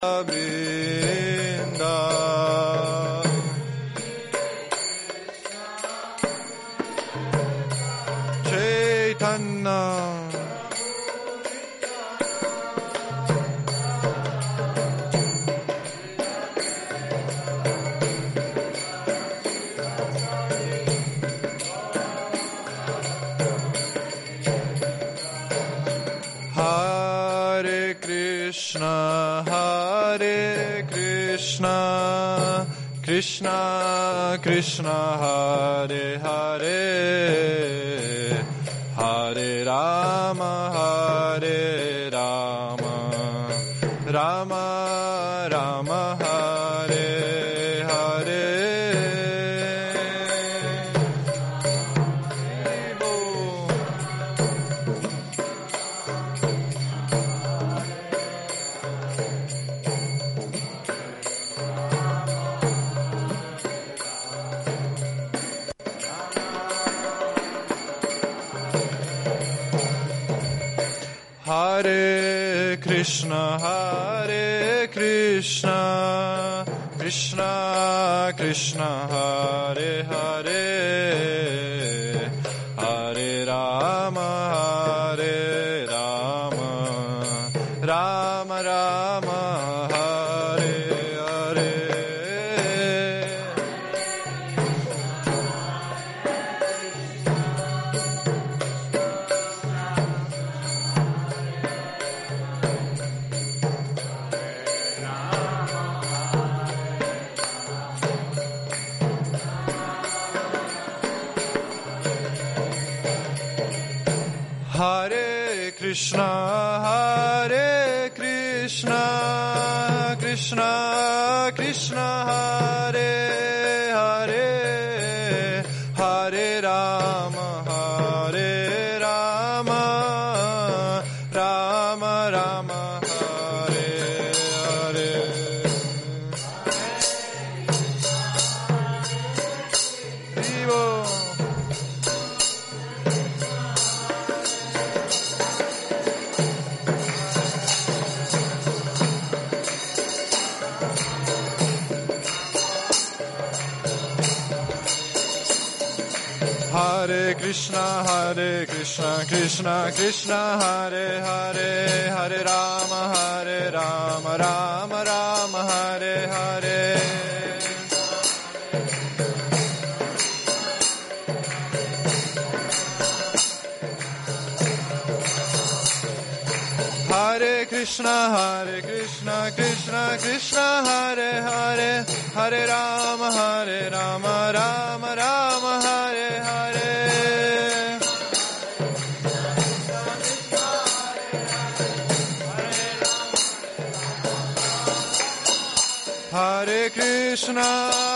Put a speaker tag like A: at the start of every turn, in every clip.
A: Govinda Chaitanya Hare Krishna Krishna Krishna Hare Hare Hare Rama Rama Rama Hare Hare Hare Krishna Krishna Krishna Hare Hare Hare Rama Rama Rama Hare Hare Hare Krishna Krishna Krishna Hare Hare Hare Rama Rama Rama Hare Hare Vivo Hare Krishna Krishna Krishna Hare Hare Hare Rama Rama Rama Hare Hare Hare Krishna Krishna Krishna Hare Hare Hare Rama Rama Rama Hare Hare Hare Krishna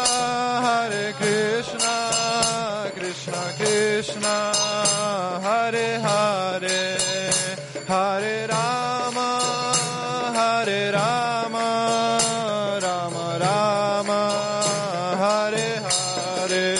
A: Krishna Krishna Hare Hare Hare Rama Rama Rama Hare Hare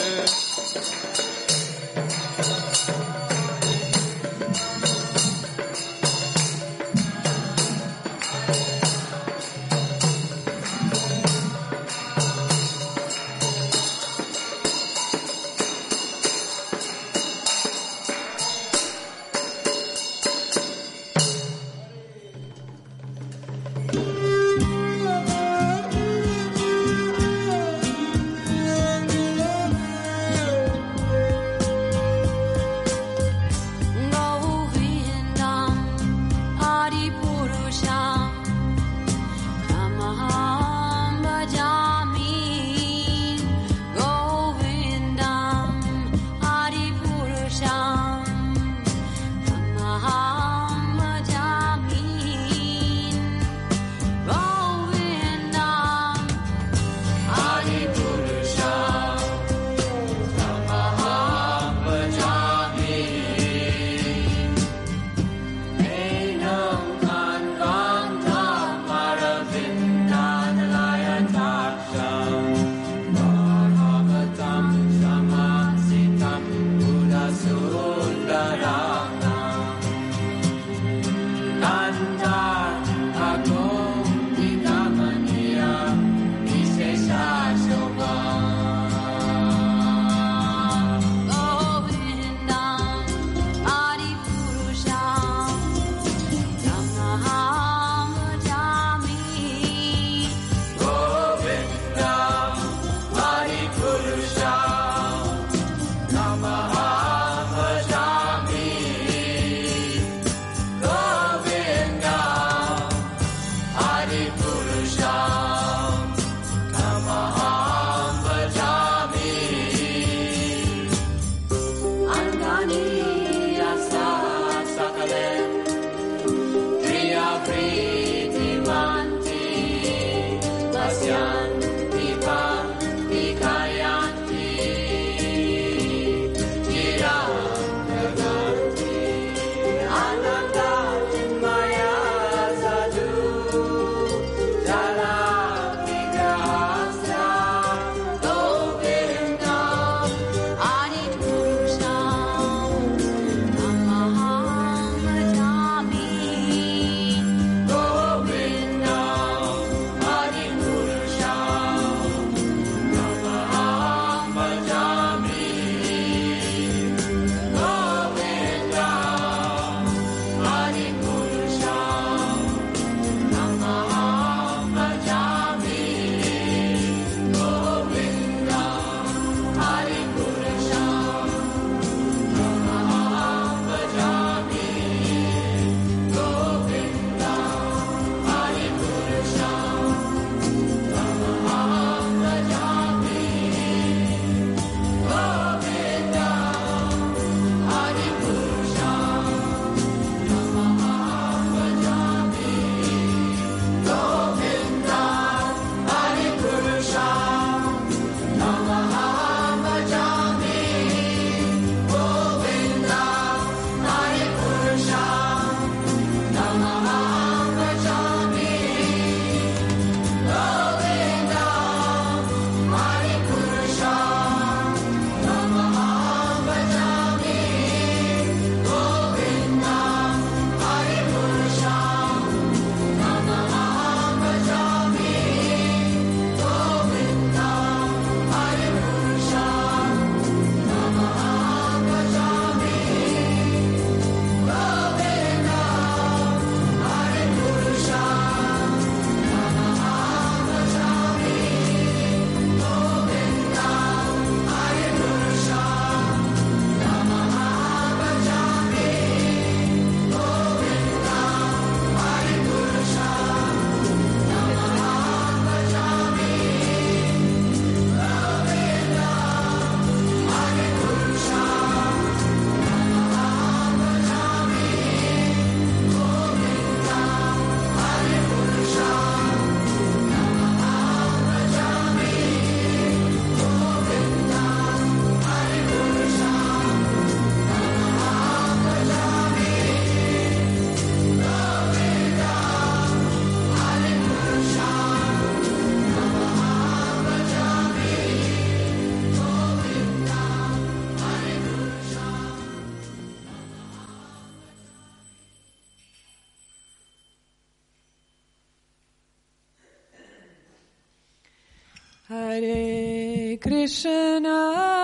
B: Hare Krishna,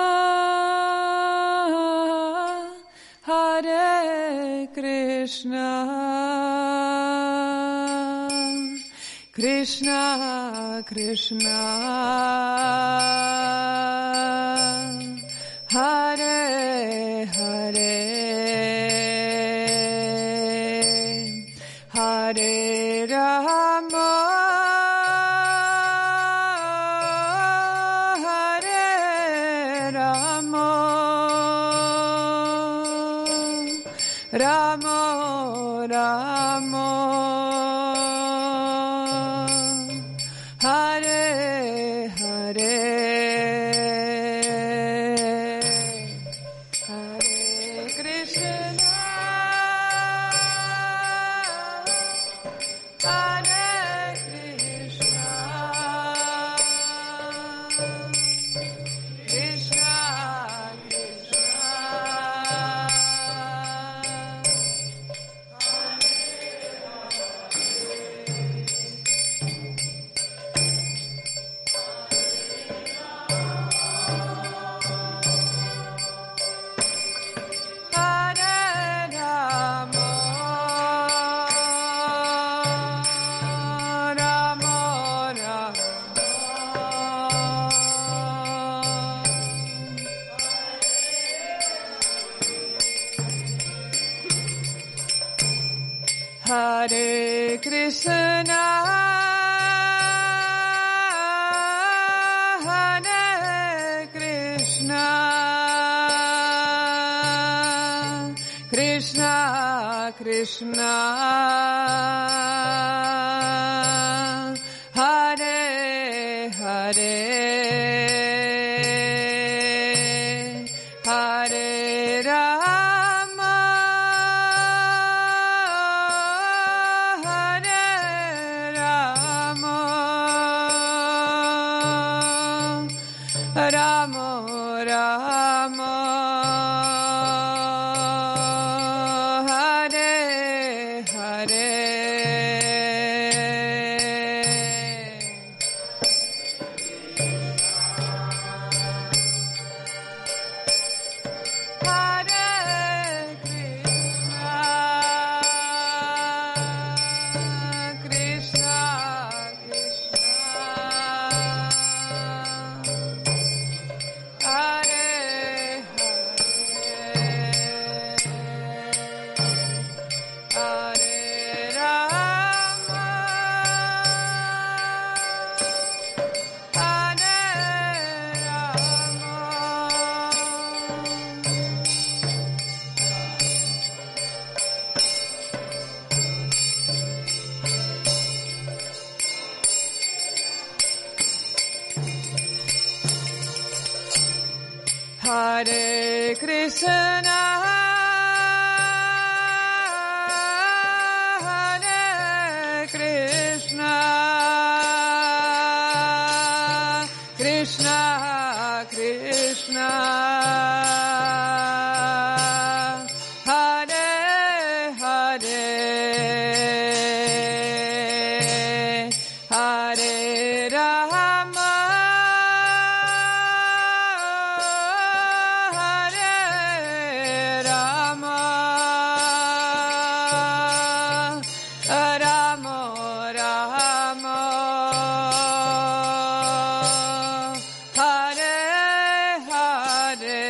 B: Hare Krishna, Krishna Krishna, Hare Hare, Hare Rama, Ramo, Ramo, Hare, Hare, Hare Krishna, Hare Krishna, Krishna Hare Krishna, Krishna Hare Hare Hare Rama Hare Rama Rama Rama Hare Hare Hare Krishna Krishna Krishna Hare Hare Rama Hare Rama Hare Krishna Hare Krishna Krishna Krishna Hare Hare Hare Rama Hare Rama Rama Rama Hare Hare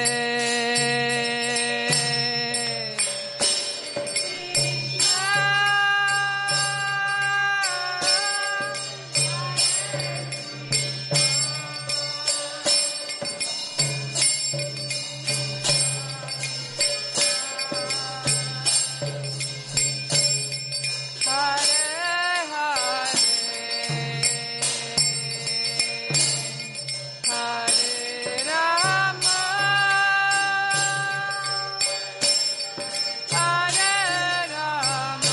B: Hare Rama Hare Rama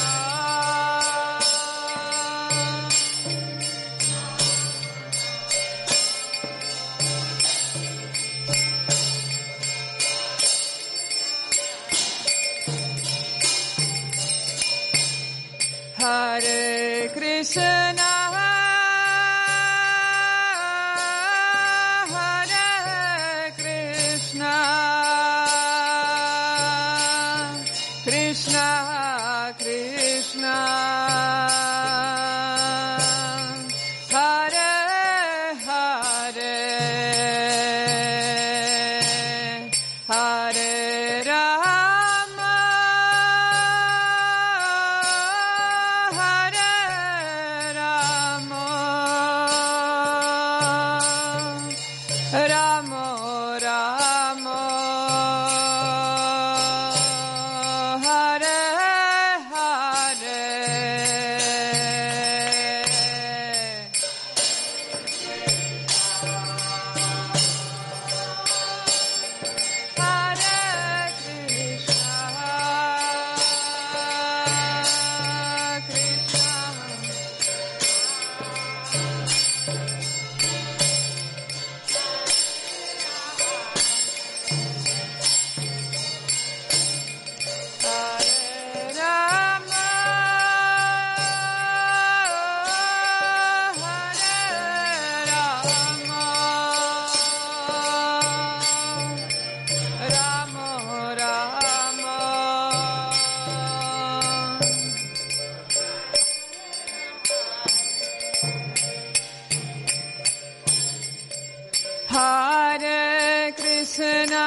B: Hare Krishna Hare Krishna Krishna Krishna Hare Hare Hare Rama Hare Rama Rama Rama Hare Hare Hare Krishna Krishna Hare Rama Hare Rama Rama Rama Hare Krishna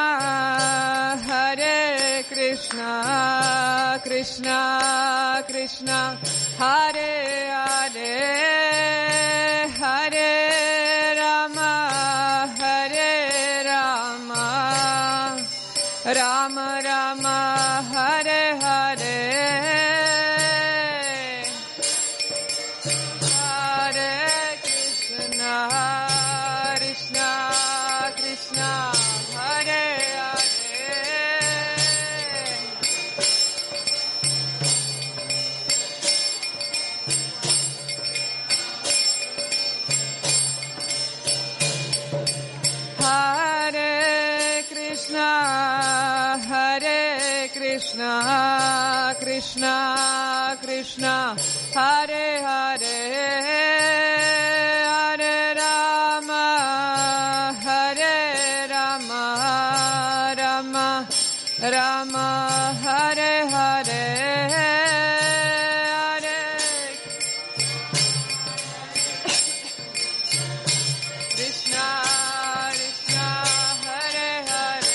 B: Hare Krishna Krishna Krishna Hare Hare Hare Rama Hare Rama Rama Rama Hare Hare Krishna Krishna Krishna Hare Hare Hare Rama Hare Rama Rama Rama Hare Hare Hare Krishna Krishna Hare Hare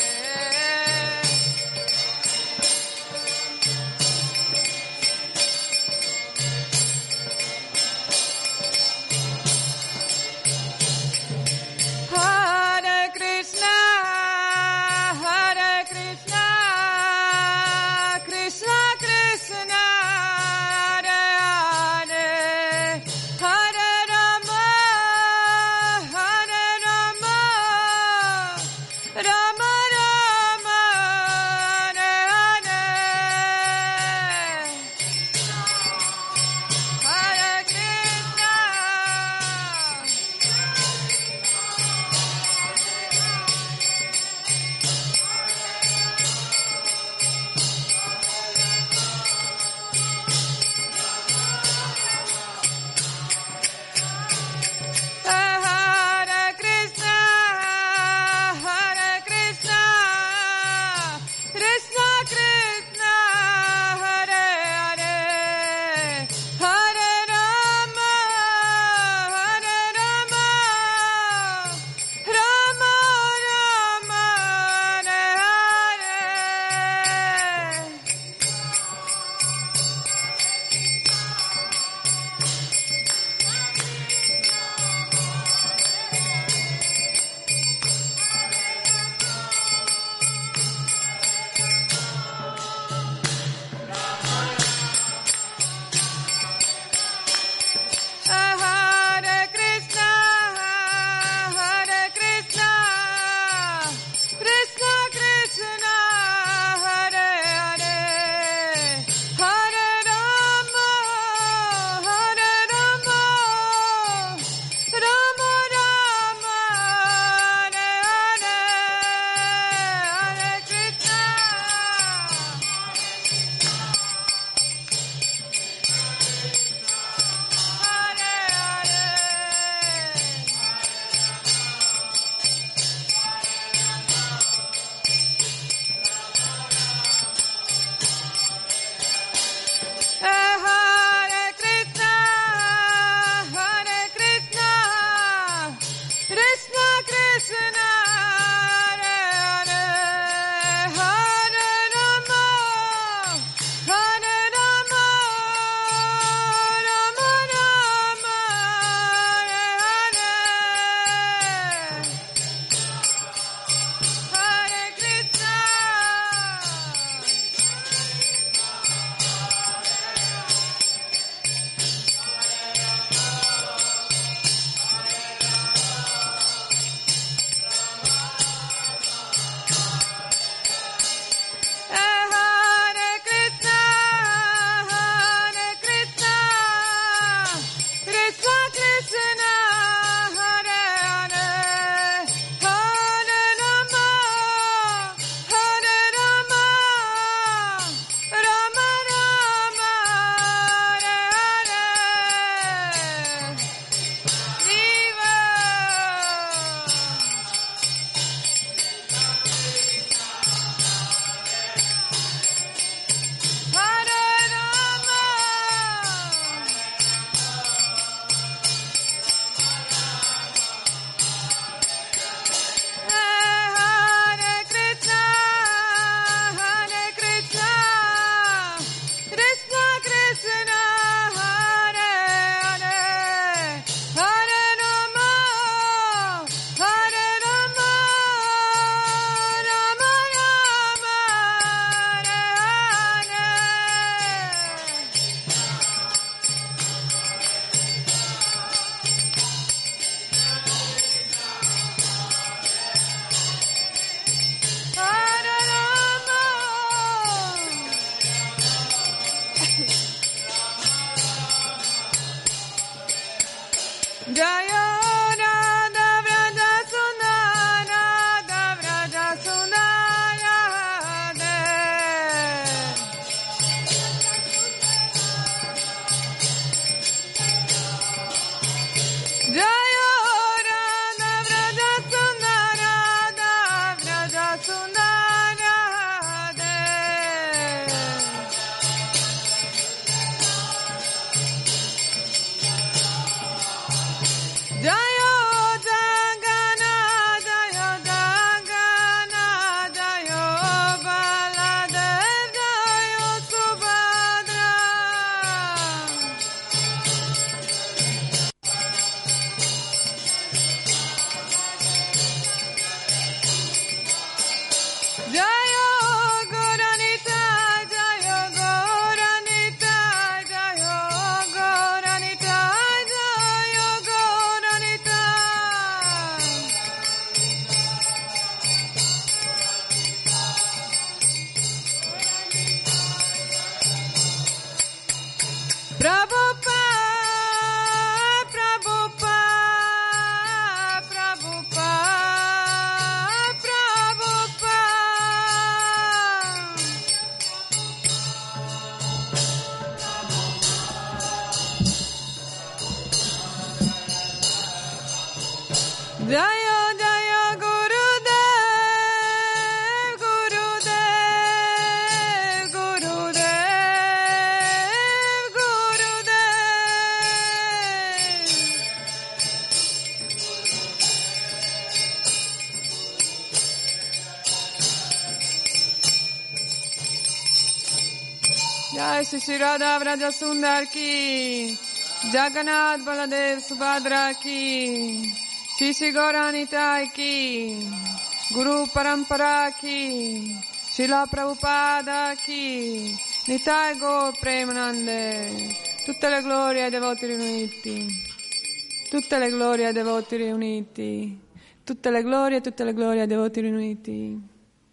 B: Hare Krishna Krishna Krishna Hare Hare Hare Rama Rama Rama Hare Hare Hare Krishna Hare Krishna Krishna Krishna Hare Hare Hare Rama Rama Rama Hare Hare Hare Krishna Krishna Krishna Hare Hare Hare Rama Rama Rama Hare Hare Hare Krishna Hare Hare Krishna Krishna Krishna Hare Hare Hare Rama Rama Rama Hare Hare Hare Krishna Hare Krishna Krishna Krishna Hare Hare Hare Rama Rama Rama Hare Hare Shiva Hare Rama Hare Krishna Krishna Krishna Hare Hare Hare Rama Rama Rama Hare Hare Hare Rama Jaya Radha Vraja Sundara Radha Vraja Sundara Radhe Jayo Radha Vraja Sundara Radha Vraja Sundara Jayo Jagana Jayo Jagana Jayo Baladev Jayo Subhadra Jayo Goranita Jayo Goranita Jayo Goranita Jayo Goranita Prabhupada Prabhupada Prabhupada Prabhupada Jayo Jayo Gurudev Gurudev Gurudev Gurudev Jai Shri Radha Vraja Sundar ki Jagannath Baladev Subhadra ki Shri Shri Gauranitai ki Guru Parampara ki Srila Prabhupada ki Nitai Gaur Premanande tutte le glorie ai devoti riuniti tutte le glorie ai devoti riuniti tutte le glorie ai devoti riuniti.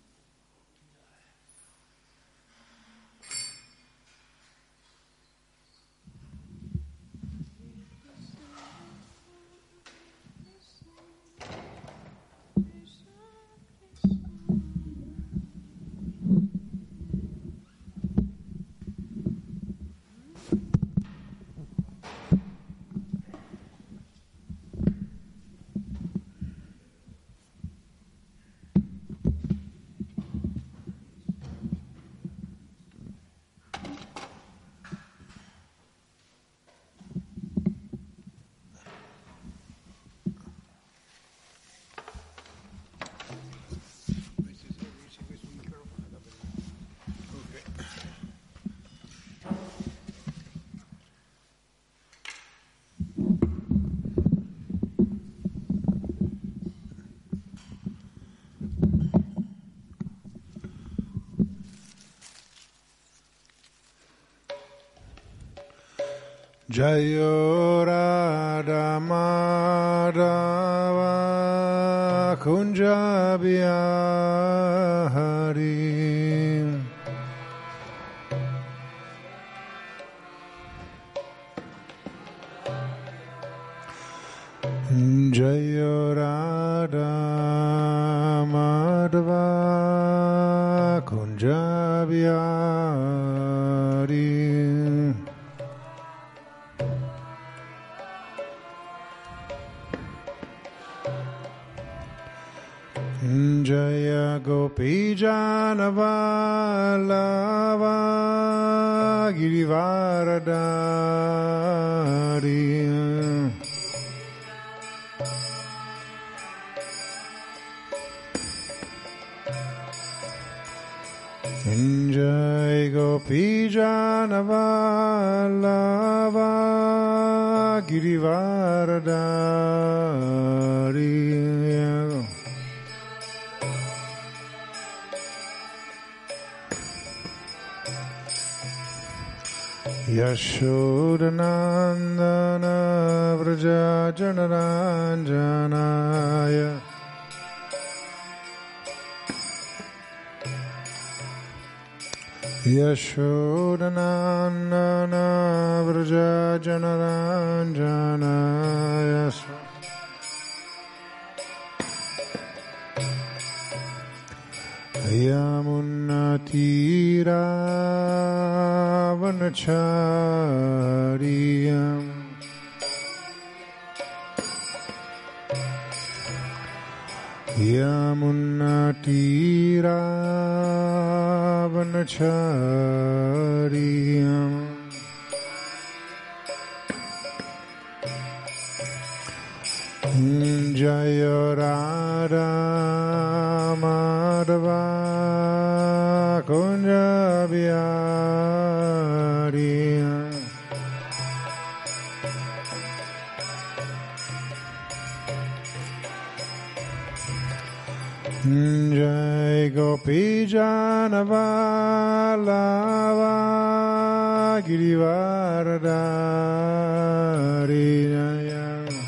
A: Jayo Radha Madhava Kunja Bihari Jayo Radha Madhava Kunja Bihari Jaya Gopi Janavallabha Girivaradari Jai Gopi Janavallabha Girivaradari Yashodanandana Vraja Janaranjanaya Yashodanandana Vraja Janaranjanaya Yamunatira Vanachariyam Yamunatiravanachariyam Jaya Radha Madhava Kunja Bihari Jai Gopi Janavalava Girivaradari Jaya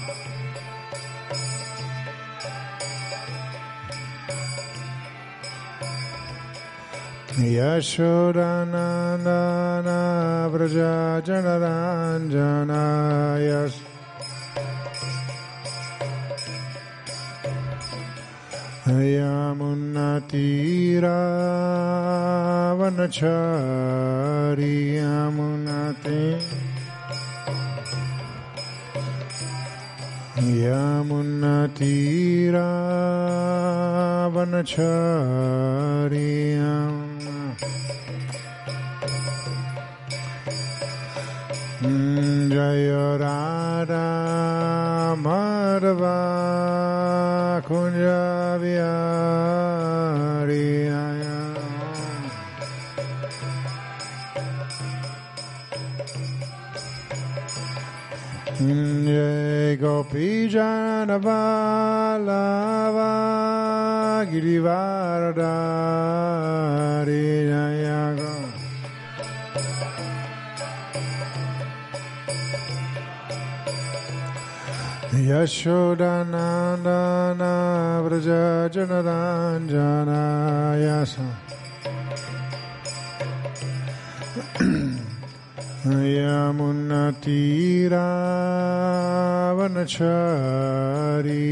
A: Yashodanandana Vraja Janaranjana Yas Yamunatiravanachari Yamunatiravanachari Jaya Radha Madhava Kunja Bihari Jai Gopi Janavalava Girivaradari Jaya Yashodanandana Vraja Janaranjana Yasa Yamunatiravanachari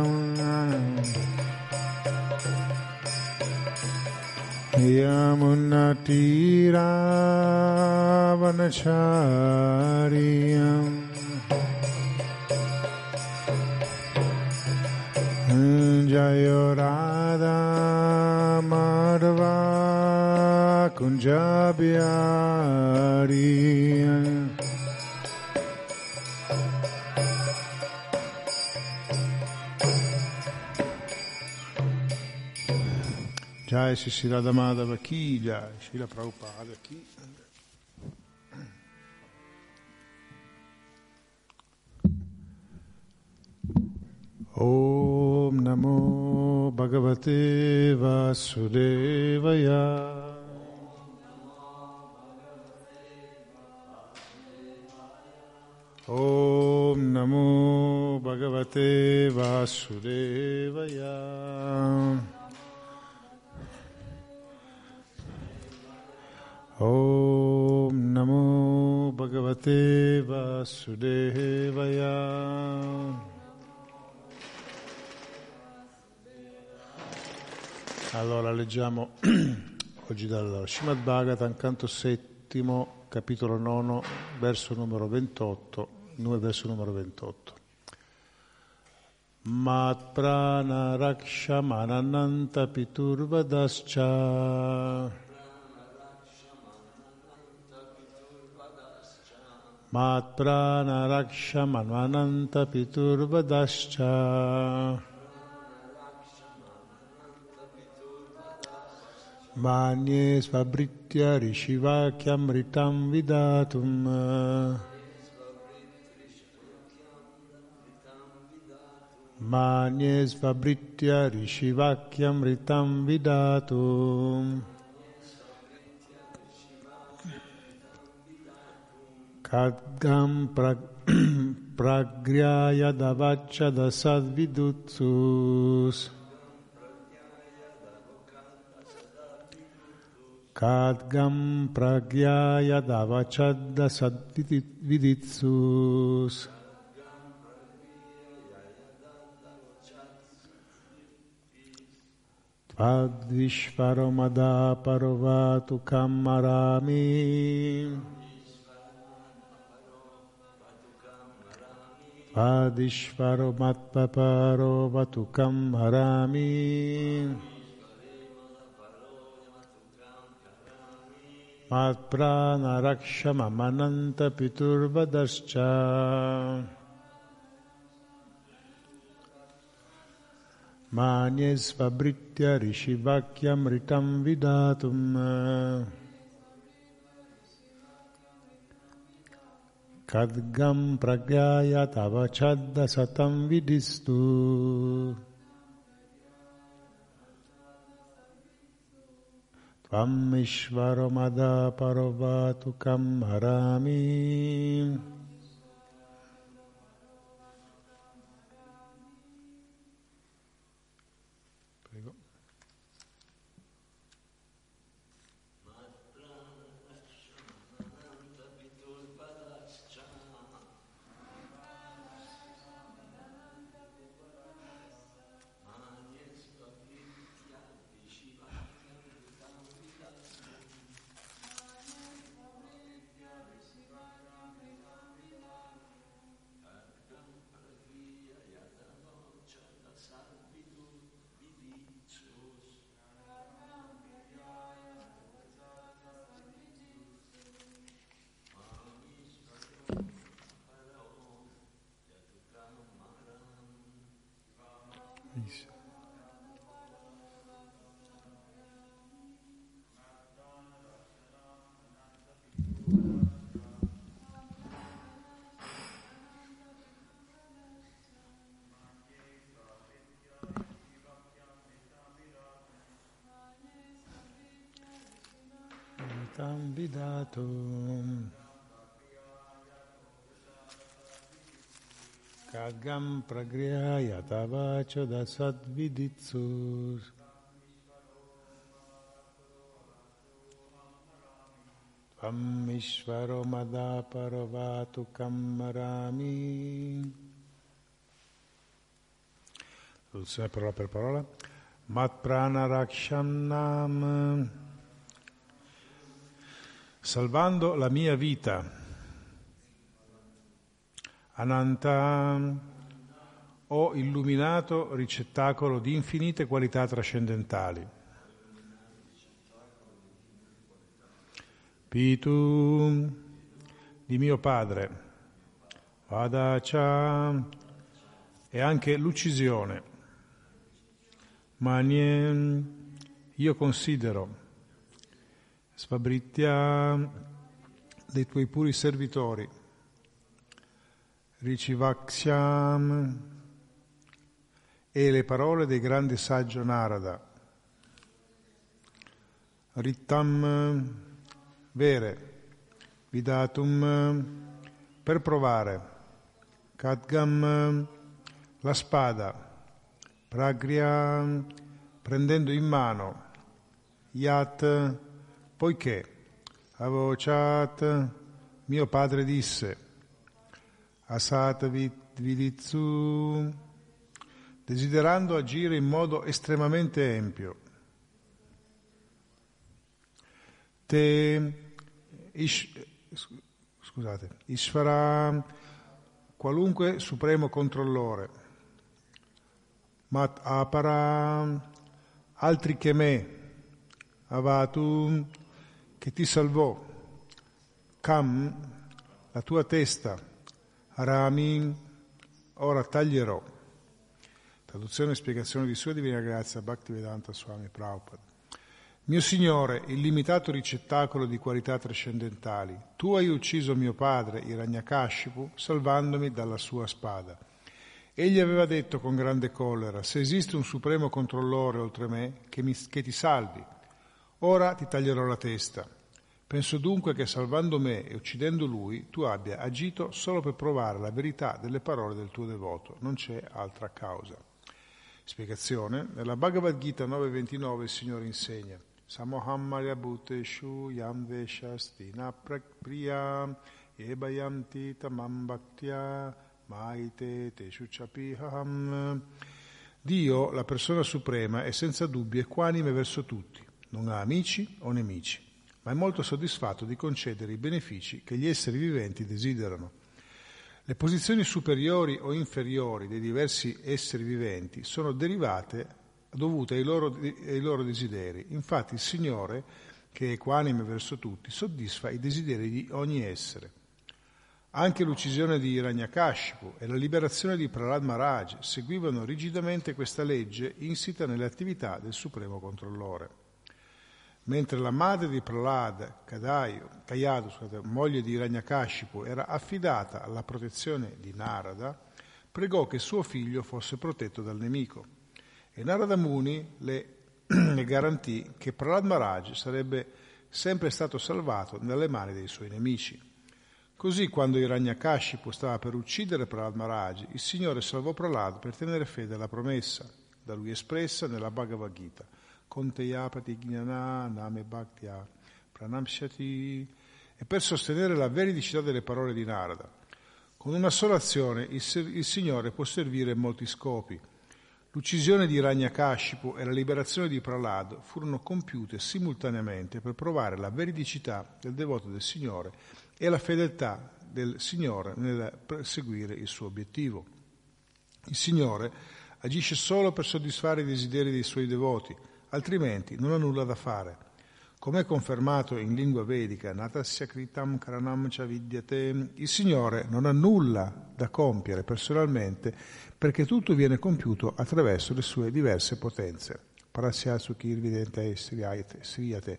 A: Yamunatiravanachari Jaya Radha Madhava Kunja Bihari Jai Sri Radha Madhava Ki Jai, Srila Prabhupada Ki. Om Namo Bhagavate Vasudevaya. Om Namo Bhagavate Vasudevaya. Om Namo Bhagavate Vasudevaya. Allora leggiamo oggi dal Srimad Bhagavatam, canto settimo, capitolo 9, verso numero 28, verso numero 28. Mat prana raksha manananta piturvadascha Mat prana raksha manananta piturvadascha Manye svabritya rishivakyamritam vidatum Manye svabritya rishivakyamritam vidatum Kadgam pragyaya davachada sadvidutsus Kadgam pragyaya davachadda sadviditsus Tvadvishvaromada parovatu kammarami Vadishvaro matpaparo vatukam harami matprana rakshama mananta piturvadascha Manyesvabritya rishivakyam ritam vidatum Kadgam pragyaya tavachadda satam vidistu Tvam ishvaro mada paravatukam harami Tam vidatum Kagam pragrihaya tavacho dasad viditsus Tvam ishvaro madaparavatu kammarami Traduzione parola per parola Mat prana rakshannam salvando la mia vita, Ananta, ho illuminato ricettacolo di infinite qualità trascendentali. Pitu, di mio padre, Vadacha, e anche l'uccisione. Manien, io considero, Svabritya, dei tuoi puri servitori, Richivaksyam, e le parole del grande saggio Narada, Rittam, vere, Vidatum, per provare, Kadgam, la spada, Pragya, prendendo in mano, Yat, poiché, Avochat, mio padre disse, Asat viditsu, desiderando agire in modo estremamente empio. Ishvara, qualunque supremo controllore. Mat apara, altri che me. Avatu, che ti salvò. Kam, la tua testa. Harami, ora taglierò. Traduzione e spiegazione di Sua Divina Grazia Bhaktivedanta Swami Prabhupada. Mio Signore, illimitato ricettacolo di qualità trascendentali, tu hai ucciso mio padre, Hiranyakashipu, salvandomi dalla sua spada. Egli aveva detto con grande collera, se esiste un supremo controllore oltre me, che ti salvi. Ora ti taglierò la testa. Penso dunque che salvando me e uccidendo lui, tu abbia agito solo per provare la verità delle parole del tuo devoto. Non c'è altra causa. Spiegazione. Nella Bhagavad Gita 9.29 il Signore insegna Samoham Maya Bhuteshu Yam Veshasti Na Priya Ebayanti Tamam Bhaktya Maite Teshu Chapiham. Dio, la persona suprema, è senza dubbio equanime verso tutti, non ha amici o nemici, ma è molto soddisfatto di concedere i benefici che gli esseri viventi desiderano. Le posizioni superiori o inferiori dei diversi esseri viventi sono dovute ai loro desideri. Infatti il Signore, che è equanime verso tutti, soddisfa i desideri di ogni essere. Anche l'uccisione di Hiranyakashipu e la liberazione di Prahlad Maharaj seguivano rigidamente questa legge insita nelle attività del Supremo Controllore. Mentre la madre di Prahlad, Kayadu, moglie di Hiranyakashipu, era affidata alla protezione di Narada, pregò che suo figlio fosse protetto dal nemico. E Narada Muni le garantì che Prahlad Maharaj sarebbe sempre stato salvato dalle mani dei suoi nemici. Così, quando Hiranyakashipu stava per uccidere Prahlad Maharaj, il Signore salvò Prahlad per tenere fede alla promessa, da lui espressa nella Bhagavad Gita. Konteyapati Gnana Name Bhaktya Pranamshati, e per sostenere la veridicità delle parole di Narada. Con una sola azione il Signore può servire molti scopi. L'uccisione di Hiranyakashipu e la liberazione di Prahlad furono compiute simultaneamente per provare la veridicità del devoto del Signore e la fedeltà del Signore nel perseguire il suo obiettivo. Il Signore agisce solo per soddisfare i desideri dei suoi devoti, altrimenti non ha nulla da fare. Come è confermato in lingua vedica, Natasya Kritam Karanam Cha Vidyate, il Signore non ha nulla da compiere personalmente perché tutto viene compiuto attraverso le sue diverse potenze. Parasya Sukir Vidente Sriyate,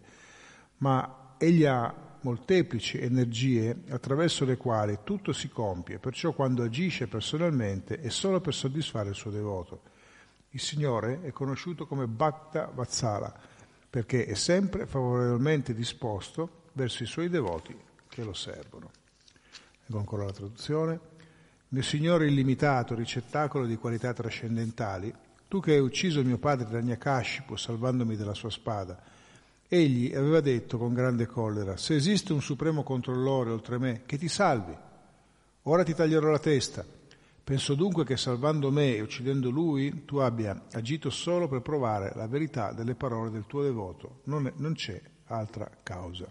A: ma egli ha molteplici energie attraverso le quali tutto si compie, perciò quando agisce personalmente è solo per soddisfare il suo devoto. Il Signore è conosciuto come Bhakta Vatsala perché è sempre favorevolmente disposto verso i suoi devoti che lo servono. Leggo ancora la traduzione. Mio Signore illimitato, ricettacolo di qualità trascendentali, tu che hai ucciso mio padre Hiranyakashipu salvandomi dalla sua spada, egli aveva detto con grande collera: se esiste un supremo controllore oltre me, che ti salvi. Ora ti taglierò la testa. Penso dunque che salvando me e uccidendo lui, tu abbia agito solo per provare la verità delle parole del tuo devoto. Non c'è altra causa.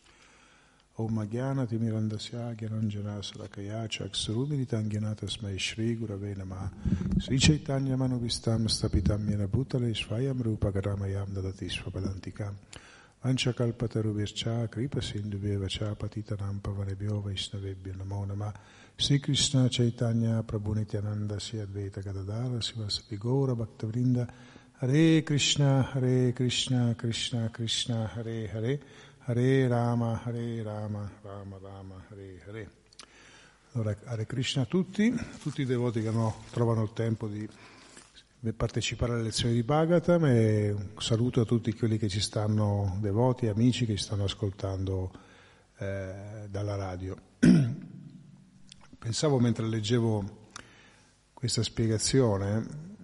A: Om Jnana Timirandasya Gyananjana Salakaya Chaksarumiditam Gyanatasmai Shri Gurave Namaha Sri Chaitanya Manovistam Stapitam Yena Bhutale Svayam Rupa Garamayam Dadati Svapadantikam Vanchakalpatarubhircha Kripa Sindhubheva Patitanam Pavanebhyo Vaishnavebhyo Namo Namah Sri Krishna Chaitanya Prabhu Nityananda Sri Advaita Gadadara Sivasati Gaura Bhaktavrinda Hare Krishna Krishna Krishna Hare Hare Hare Rama Rama Rama Hare Hare. Allora, Hare Krishna a tutti i devoti che trovano il tempo di partecipare alle lezioni di Bhagavatam, e un saluto a tutti quelli che ci stanno, devoti, amici che ci stanno ascoltando dalla radio. Pensavo mentre leggevo questa spiegazione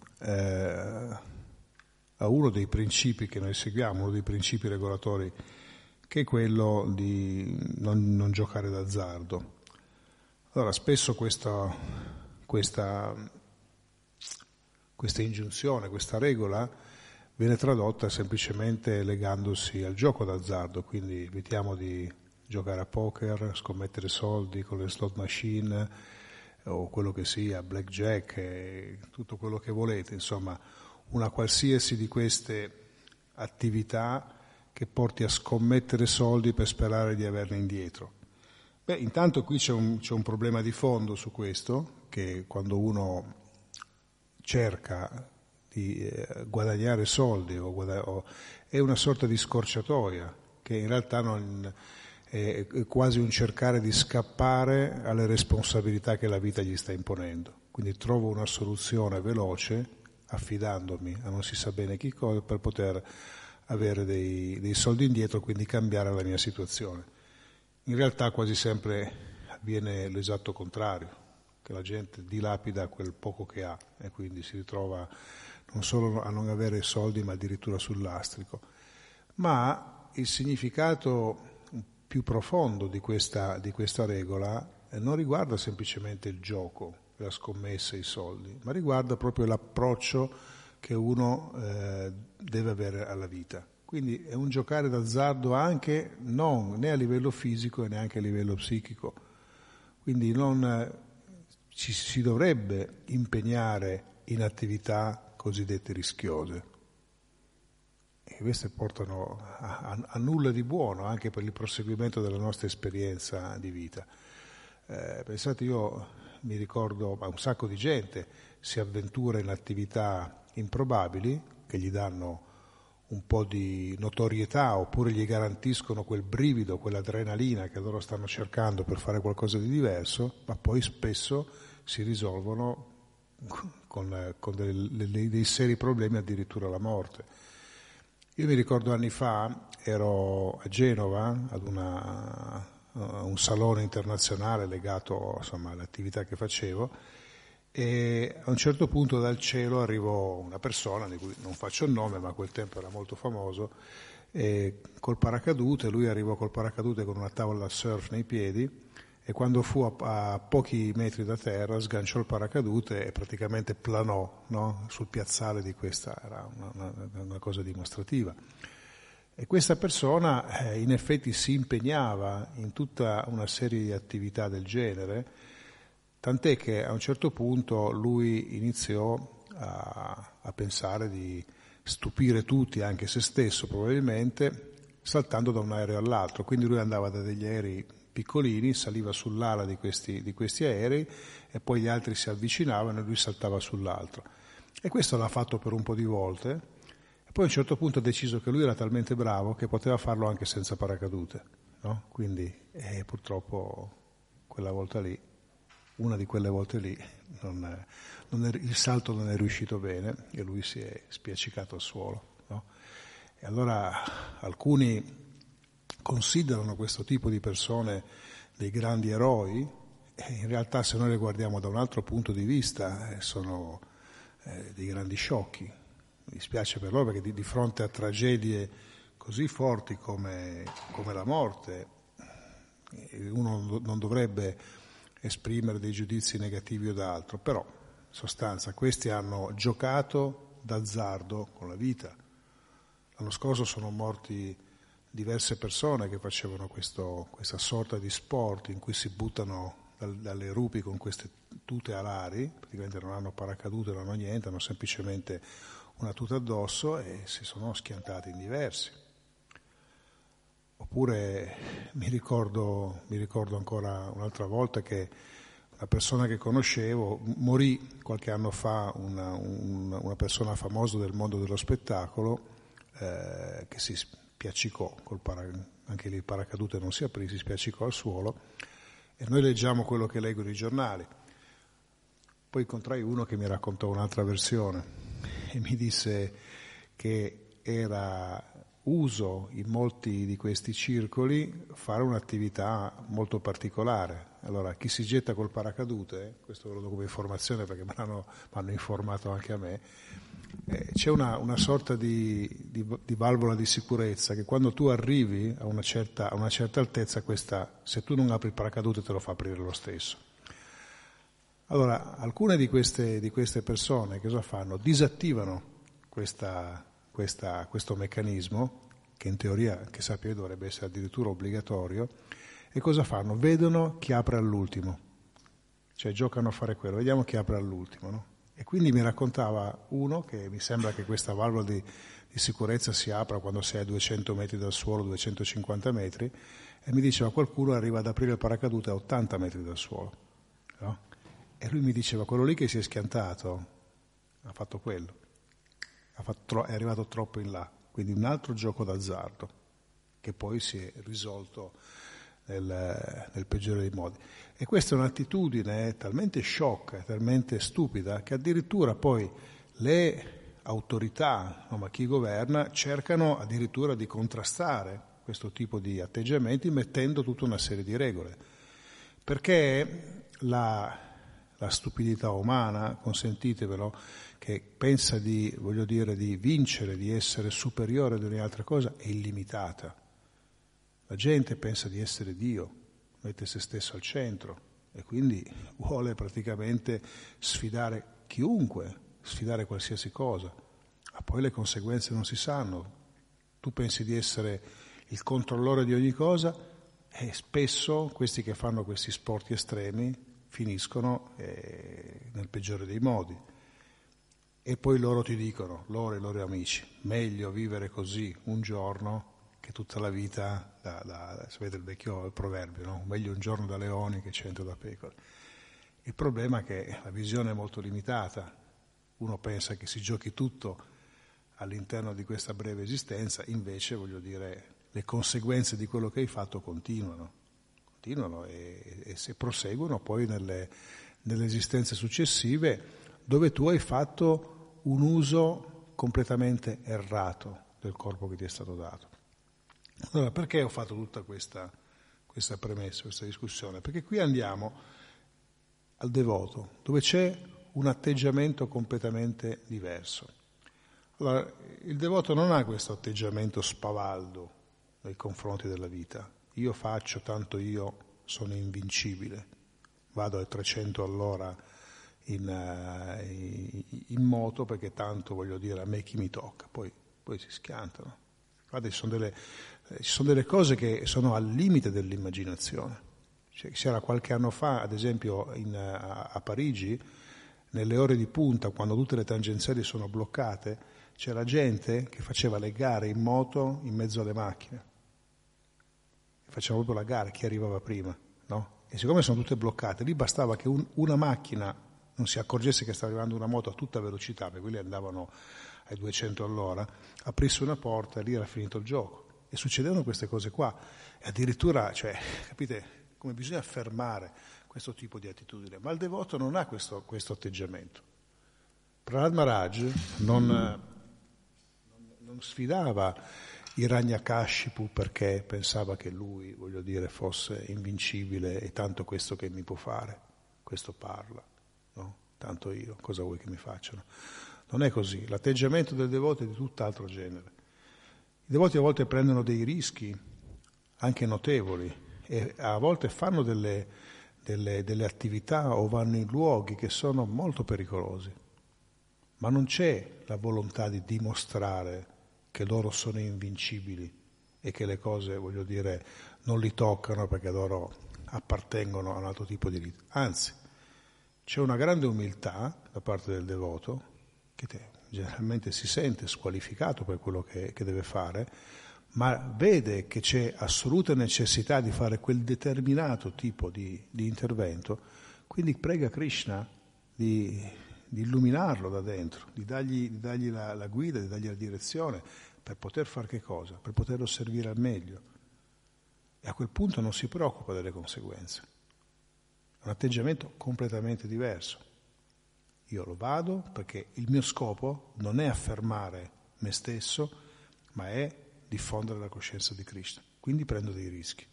A: a uno dei principi che noi seguiamo, uno dei principi regolatori, che è quello di non giocare d'azzardo. Allora, spesso questa ingiunzione, questa regola viene tradotta semplicemente legandosi al gioco d'azzardo, quindi evitiamo di giocare a poker, scommettere soldi con le slot machine o quello che sia, blackjack, e tutto quello che volete, insomma una qualsiasi di queste attività che porti a scommettere soldi per sperare di averne indietro. Beh, intanto qui c'è un problema di fondo su questo, che quando uno cerca di guadagnare soldi è una sorta di scorciatoia, che in realtà è quasi un cercare di scappare alle responsabilità che la vita gli sta imponendo. Quindi trovo una soluzione veloce, affidandomi a non si sa bene chi cosa, per poter avere dei soldi indietro, quindi cambiare la mia situazione. In realtà quasi sempre avviene l'esatto contrario, che la gente dilapida quel poco che ha e quindi si ritrova non solo a non avere soldi, ma addirittura sul lastrico. Ma il significato più profondo di questa regola non riguarda semplicemente il gioco, la scommessa, i soldi, ma riguarda proprio l'approccio che uno deve avere alla vita. Quindi è un giocare d'azzardo anche né a livello fisico e neanche a livello psichico. Quindi ci si dovrebbe impegnare in attività cosiddette rischiose. E queste portano a nulla di buono anche per il proseguimento della nostra esperienza di vita. Pensate, io mi ricordo, un sacco di gente si avventura in attività improbabili che gli danno un po' di notorietà oppure gli garantiscono quel brivido, quell'adrenalina che loro stanno cercando per fare qualcosa di diverso, ma poi spesso si risolvono con dei seri problemi, addirittura la morte. Io mi ricordo anni fa, ero a Genova ad un salone internazionale legato, insomma, all'attività che facevo, e a un certo punto dal cielo arrivò una persona di cui non faccio il nome, ma a quel tempo era molto famoso, e col paracadute. Lui arrivò col paracadute con una tavola da surf nei piedi, e quando fu a pochi metri da terra sganciò il paracadute e praticamente planò, no? Sul piazzale di questa, era una cosa dimostrativa. E questa persona in effetti si impegnava in tutta una serie di attività del genere, tant'è che a un certo punto lui iniziò a pensare di stupire tutti, anche se stesso probabilmente, saltando da un aereo all'altro. Quindi lui andava da degli aerei piccolini, saliva sull'ala di questi aerei e poi gli altri si avvicinavano e lui saltava sull'altro. E questo l'ha fatto per un po' di volte, e poi a un certo punto ha deciso che lui era talmente bravo che poteva farlo anche senza paracadute, no? Quindi purtroppo quella volta lì, una di quelle volte lì, il salto non è riuscito bene e lui si è spiaccicato al suolo, no? E allora alcuni considerano questo tipo di persone dei grandi eroi, e in realtà se noi le guardiamo da un altro punto di vista sono dei grandi sciocchi. Mi dispiace per loro, perché di fronte a tragedie così forti come la morte uno non dovrebbe esprimere dei giudizi negativi o d'altro, però in sostanza questi hanno giocato d'azzardo con la vita. L'anno scorso sono morti diverse persone che facevano questa sorta di sport in cui si buttano dalle rupi con queste tute alari, praticamente non hanno paracadute, non hanno niente, hanno semplicemente una tuta addosso e si sono schiantati in diversi. Oppure mi ricordo ancora un'altra volta che una persona che conoscevo morì qualche anno fa, una persona famosa del mondo dello spettacolo, che si spiaccicò anche lì il paracadute non si aprì, si spiaccicò al suolo, e noi leggiamo quello che leggono i giornali. Poi incontrai uno che mi raccontò un'altra versione e mi disse che era uso in molti di questi circoli fare un'attività molto particolare. Allora, chi si getta col paracadute, questo ve lo do come informazione perché mi hanno informato anche a me, c'è una sorta di valvola di sicurezza che quando tu arrivi a una certa altezza, questa, se tu non apri il paracadute te lo fa aprire lo stesso. Allora, alcune di queste persone cosa fanno? Disattivano questo meccanismo, che in teoria, che sappia, dovrebbe essere addirittura obbligatorio, e cosa fanno? Vedono chi apre all'ultimo, cioè giocano a fare quello, vediamo chi apre all'ultimo, no? E quindi mi raccontava uno che mi sembra che questa valvola di sicurezza si apra quando sei a 200 metri dal suolo, 250 metri, e mi diceva qualcuno arriva ad aprire il paracadute a 80 metri dal suolo, no? E lui mi diceva, quello lì che si è schiantato ha fatto quello, è arrivato troppo in là, quindi un altro gioco d'azzardo che poi si è risolto nel peggiore dei modi. E questa è un'attitudine talmente sciocca, talmente stupida, che addirittura poi le autorità, ma chi governa, cercano addirittura di contrastare questo tipo di atteggiamenti mettendo tutta una serie di regole, perché la stupidità umana, consentitevelo, che pensa di vincere, di essere superiore ad ogni altra cosa, è illimitata. La gente pensa di essere Dio, mette se stesso al centro e quindi vuole praticamente sfidare chiunque, sfidare qualsiasi cosa. Ma poi le conseguenze non si sanno. Tu pensi di essere il controllore di ogni cosa e spesso questi che fanno questi sport estremi finiscono nel peggiore dei modi. E poi loro ti dicono, loro e i loro amici, meglio vivere così un giorno che tutta la vita, sapete il vecchio proverbio, no? Meglio un giorno da leoni che 100 da pecore. Il problema è che la visione è molto limitata, uno pensa che si giochi tutto all'interno di questa breve esistenza, invece, voglio dire, le conseguenze di quello che hai fatto continuano e se proseguono poi nelle esistenze successive, dove tu hai fatto un uso completamente errato del corpo che ti è stato dato. Allora, perché ho fatto tutta questa premessa, questa discussione? Perché qui andiamo al devoto, dove c'è un atteggiamento completamente diverso. Allora, il devoto non ha questo atteggiamento spavaldo nei confronti della vita. Io faccio, tanto io sono invincibile, vado a 300 all'ora in moto perché tanto, voglio dire, a me chi mi tocca, poi si schiantano. Guarda, ci sono delle cose che sono al limite dell'immaginazione. C'era qualche anno fa, ad esempio a Parigi, nelle ore di punta, quando tutte le tangenziali sono bloccate, c'era gente che faceva le gare in moto in mezzo alle macchine. Faceva proprio la gara, chi arrivava prima, no? E siccome sono tutte bloccate, lì bastava che una macchina non si accorgesse che stava arrivando una moto a tutta velocità, perché quelli andavano ai 200 all'ora, aprisse una porta e lì era finito il gioco. E succedevano queste cose qua. E addirittura, capite come bisogna fermare questo tipo di attitudine. Ma il devoto non ha questo atteggiamento. Prahlad Maharaj non sfidava Hiranyakashipu perché pensava che lui, voglio dire, fosse invincibile e tanto questo che mi può fare, questo parla. No? Tanto io, cosa vuoi che mi facciano? Non è così, l'atteggiamento del devoto è di tutt'altro genere. I devoti a volte prendono dei rischi, anche notevoli, e a volte fanno delle attività o vanno in luoghi che sono molto pericolosi, ma non c'è la volontà di dimostrare che loro sono invincibili e che le cose, voglio dire, non li toccano perché loro appartengono a un altro tipo di rito. Anzi, c'è una grande umiltà da parte del devoto, che generalmente si sente squalificato per quello che deve fare, ma vede che c'è assoluta necessità di fare quel determinato tipo di intervento, quindi prega Krishna di illuminarlo da dentro, di dargli la guida, di dargli la direzione, per poter fare che cosa? Per poterlo servire al meglio. E a quel punto non si preoccupa delle conseguenze. Un atteggiamento completamente diverso. Io lo vado perché il mio scopo non è affermare me stesso, ma è diffondere la coscienza di Krishna. Quindi prendo dei rischi.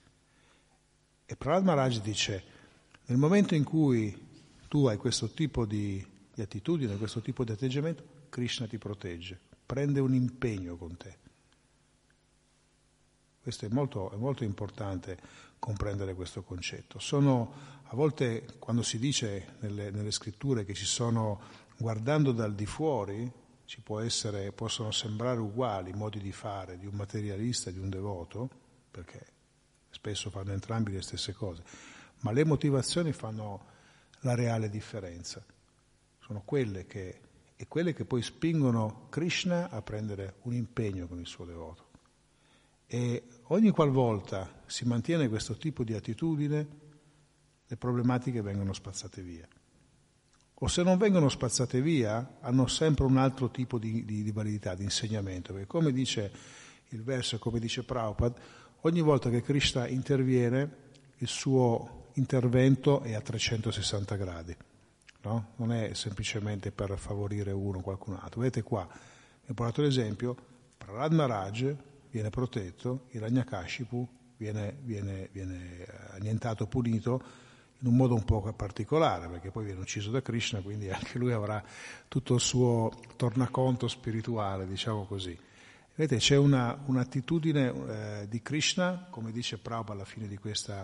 A: E Prahlad Maharaj dice, nel momento in cui tu hai questo tipo di attitudine, questo tipo di atteggiamento, Krishna ti protegge, prende un impegno con te. Questo è molto importante comprendere questo concetto. A volte quando si dice nelle scritture che ci sono, guardando dal di fuori, possono sembrare uguali i modi di fare di un materialista e di un devoto, perché spesso fanno entrambi le stesse cose, ma le motivazioni fanno la reale differenza. Sono quelle che poi spingono Krishna a prendere un impegno con il suo devoto. E ogni qualvolta si mantiene questo tipo di attitudine, le problematiche vengono spazzate via. O se non vengono spazzate via, hanno sempre un altro tipo di validità, di insegnamento, perché come dice il verso, come dice Prabhupada, ogni volta che Krishna interviene, il suo intervento è a 360 gradi. No? Non è semplicemente per favorire uno o qualcun altro. Vedete qua, ho portato l'esempio, Prahlad Maharaj viene protetto, Hiranyakashipu viene annientato, punito in un modo un po' particolare, perché poi viene ucciso da Krishna, quindi anche lui avrà tutto il suo tornaconto spirituale, diciamo così. Vedete, c'è un'attitudine di Krishna, come dice Prabhupada alla fine di questa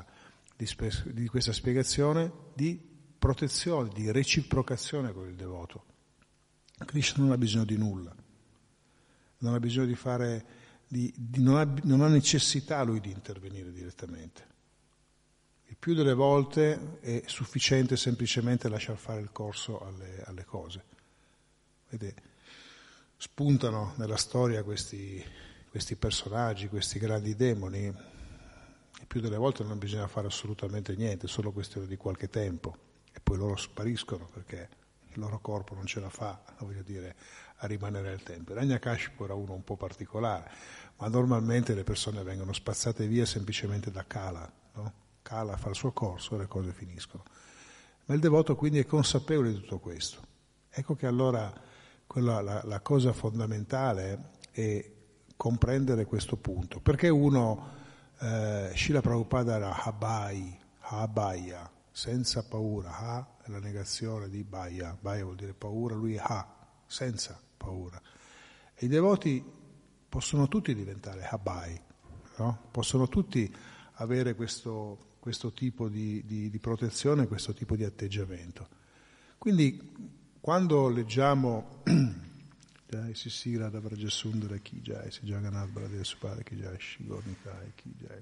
A: spiegazione, di protezione, di reciprocazione con il devoto. Krishna non ha bisogno di nulla, non ha bisogno di fare, non ha necessità lui di intervenire direttamente. Il più delle volte è sufficiente semplicemente lasciar fare il corso alle cose. Vedete, spuntano nella storia questi personaggi, questi grandi demoni, e più delle volte non bisogna fare assolutamente niente, è solo questione di qualche tempo, e poi loro spariscono perché il loro corpo non ce la fa, voglio dire, a rimanere nel tempo. Hiranyakashipu era uno un po' particolare, ma normalmente le persone vengono spazzate via semplicemente da Kala, no? Kala fa il suo corso e le cose finiscono. Ma il devoto quindi è consapevole di tutto questo. Ecco che allora la cosa fondamentale è comprendere questo punto. Perché Srila Prabhupada era Habaya, senza paura. Ha è la negazione di Baya. Baya vuol dire paura, lui è senza paura. E i devoti possono tutti diventare Habai, no? Possono tutti avere questo tipo di protezione, questo tipo di atteggiamento. Quindi quando leggiamo Jai Sisira da Vrajasundara Ki Jai, Si Jagannath Baladev Subhadra Ki Jai, Shigornikai Ki Jai.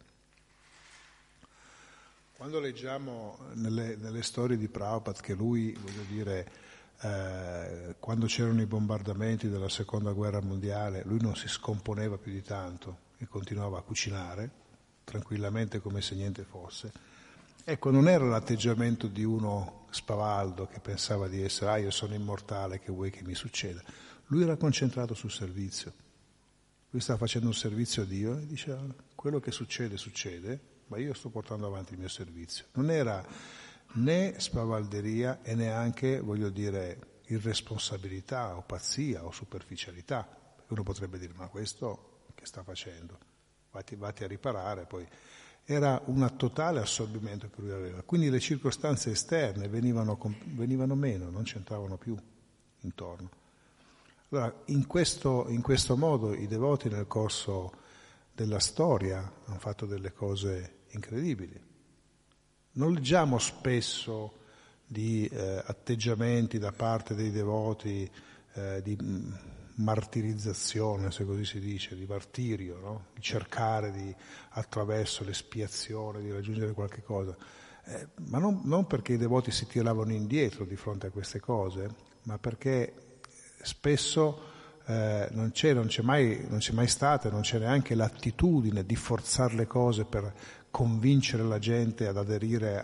A: Quando leggiamo nelle storie di Prabhupada che lui, voglio dire, quando c'erano i bombardamenti della seconda guerra mondiale, lui non si scomponeva più di tanto e continuava a cucinare tranquillamente come se niente fosse. Ecco, non era l'atteggiamento di uno spavaldo che pensava di essere, io sono immortale, che vuoi che mi succeda? Lui era concentrato sul servizio. Lui stava facendo un servizio a Dio e diceva, quello che succede, succede, ma io sto portando avanti il mio servizio. Non era né spavalderia e neanche, voglio dire, irresponsabilità o pazzia o superficialità. Perché uno potrebbe dire, ma questo che sta facendo? Vatti a riparare, poi era un totale assorbimento che lui aveva. Quindi le circostanze esterne venivano meno, non c'entravano più intorno. Allora, in questo modo i devoti nel corso della storia hanno fatto delle cose incredibili. Non leggiamo spesso di atteggiamenti da parte dei devoti di martirizzazione, se così si dice, di martirio, no? Di cercare attraverso l'espiazione di raggiungere qualche cosa, ma non perché i devoti si tiravano indietro di fronte a queste cose, ma perché spesso non c'è mai stata, non c'è neanche l'attitudine di forzare le cose per convincere la gente ad aderire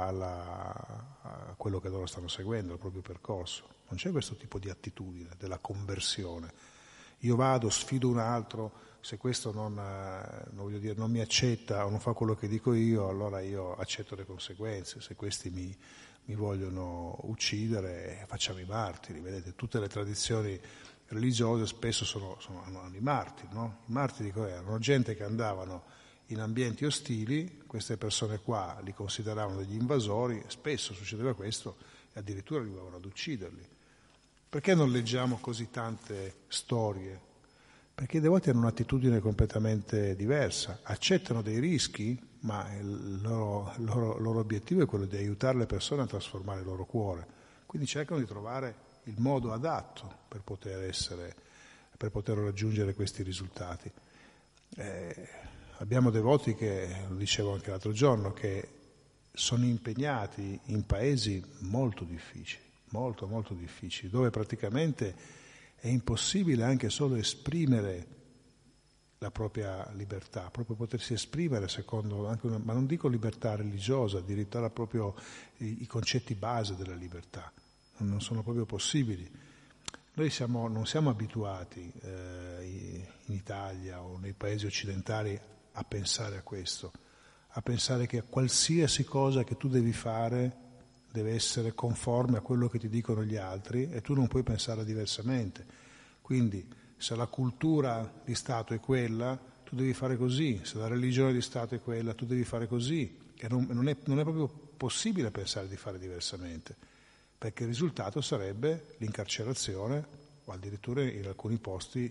A: a quello che loro stanno seguendo, al proprio percorso. Non c'è questo tipo di attitudine della conversione. Io vado, sfido un altro, se questo non mi accetta o non fa quello che dico io, allora io accetto le conseguenze. Se questi mi vogliono uccidere, facciamo i martiri. Vedete, tutte le tradizioni religiose spesso hanno i martiri, no? I martiri erano gente che andavano in ambienti ostili, queste persone qua li consideravano degli invasori, spesso succedeva questo e addirittura arrivavano ad ucciderli. Perché non leggiamo così tante storie? Perché i devoti hanno un'attitudine completamente diversa, accettano dei rischi, ma il loro obiettivo è quello di aiutare le persone a trasformare il loro cuore. Quindi cercano di trovare il modo adatto per poter raggiungere questi risultati. Abbiamo devoti che, lo dicevo anche l'altro giorno, che sono impegnati in paesi molto difficili, molto molto difficili, dove praticamente è impossibile anche solo esprimere la propria libertà, proprio potersi esprimere secondo, ma non dico libertà religiosa, addirittura proprio i concetti base della libertà, non sono proprio possibili. Noi non siamo abituati in Italia o nei paesi occidentali a pensare a questo, a pensare che qualsiasi cosa che tu devi fare deve essere conforme a quello che ti dicono gli altri e tu non puoi pensare diversamente. Quindi se la cultura di Stato è quella, tu devi fare così, se la religione di Stato è quella, tu devi fare così. E non è proprio possibile pensare di fare diversamente, perché il risultato sarebbe l'incarcerazione o addirittura in alcuni posti,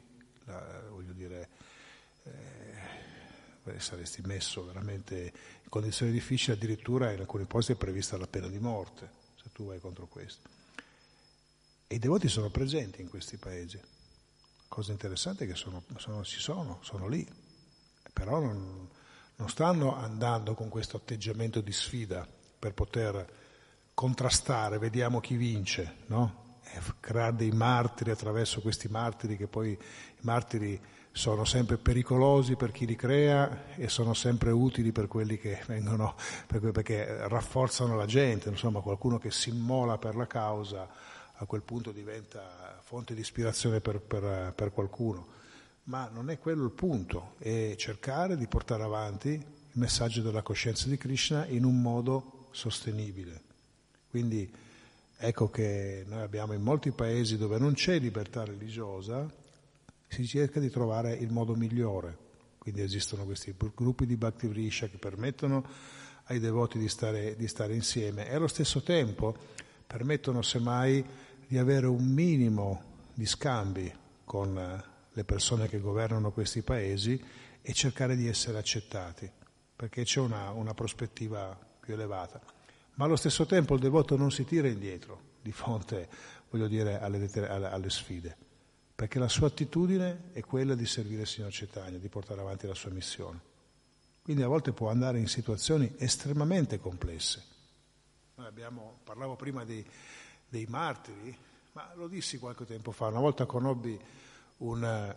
A: saresti messo veramente in condizioni difficili, addirittura in alcuni posti è prevista la pena di morte se tu vai contro questo. E i devoti sono presenti in questi paesi. Cosa interessante è che sono lì, però non stanno andando con questo atteggiamento di sfida per poter contrastare, vediamo chi vince, no? E creare dei martiri attraverso questi martiri, che poi i martiri sono sempre pericolosi per chi li crea e sono sempre utili per quelli che vengono, perché rafforzano la gente, insomma qualcuno che si immola per la causa a quel punto diventa fonte di ispirazione per qualcuno. Ma non è quello il punto, è cercare di portare avanti il messaggio della coscienza di Krishna in un modo sostenibile. Quindi ecco che noi abbiamo in molti paesi dove non c'è libertà religiosa, si cerca di trovare il modo migliore. Quindi esistono questi gruppi di Bhakti Vrisha che permettono ai devoti di stare insieme e allo stesso tempo permettono semmai di avere un minimo di scambi con le persone che governano questi paesi e cercare di essere accettati, perché c'è una prospettiva più elevata. Ma allo stesso tempo il devoto non si tira indietro di fronte, voglio dire, alle sfide, perché la sua attitudine è quella di servire il Signor Chaitanya, di portare avanti la sua missione. Quindi a volte può andare in situazioni estremamente complesse. Noi parlavo prima dei martiri, ma lo dissi qualche tempo fa. Una volta conobbi un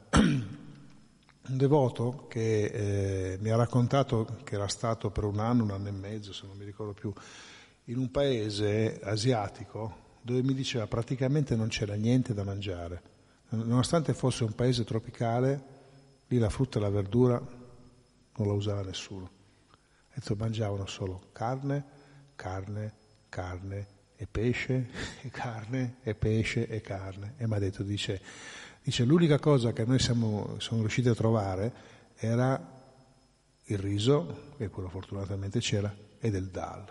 A: devoto che mi ha raccontato che era stato per un anno e mezzo, se non mi ricordo più, in un paese asiatico dove mi diceva praticamente non c'era niente da mangiare. Nonostante fosse un paese tropicale, lì la frutta e la verdura non la usava nessuno. Mangiavano solo carne e pesce, e carne e pesce e carne. E mi ha detto, dice l'unica cosa che noi siamo riusciti a trovare era il riso, e quello fortunatamente c'era, e del dal.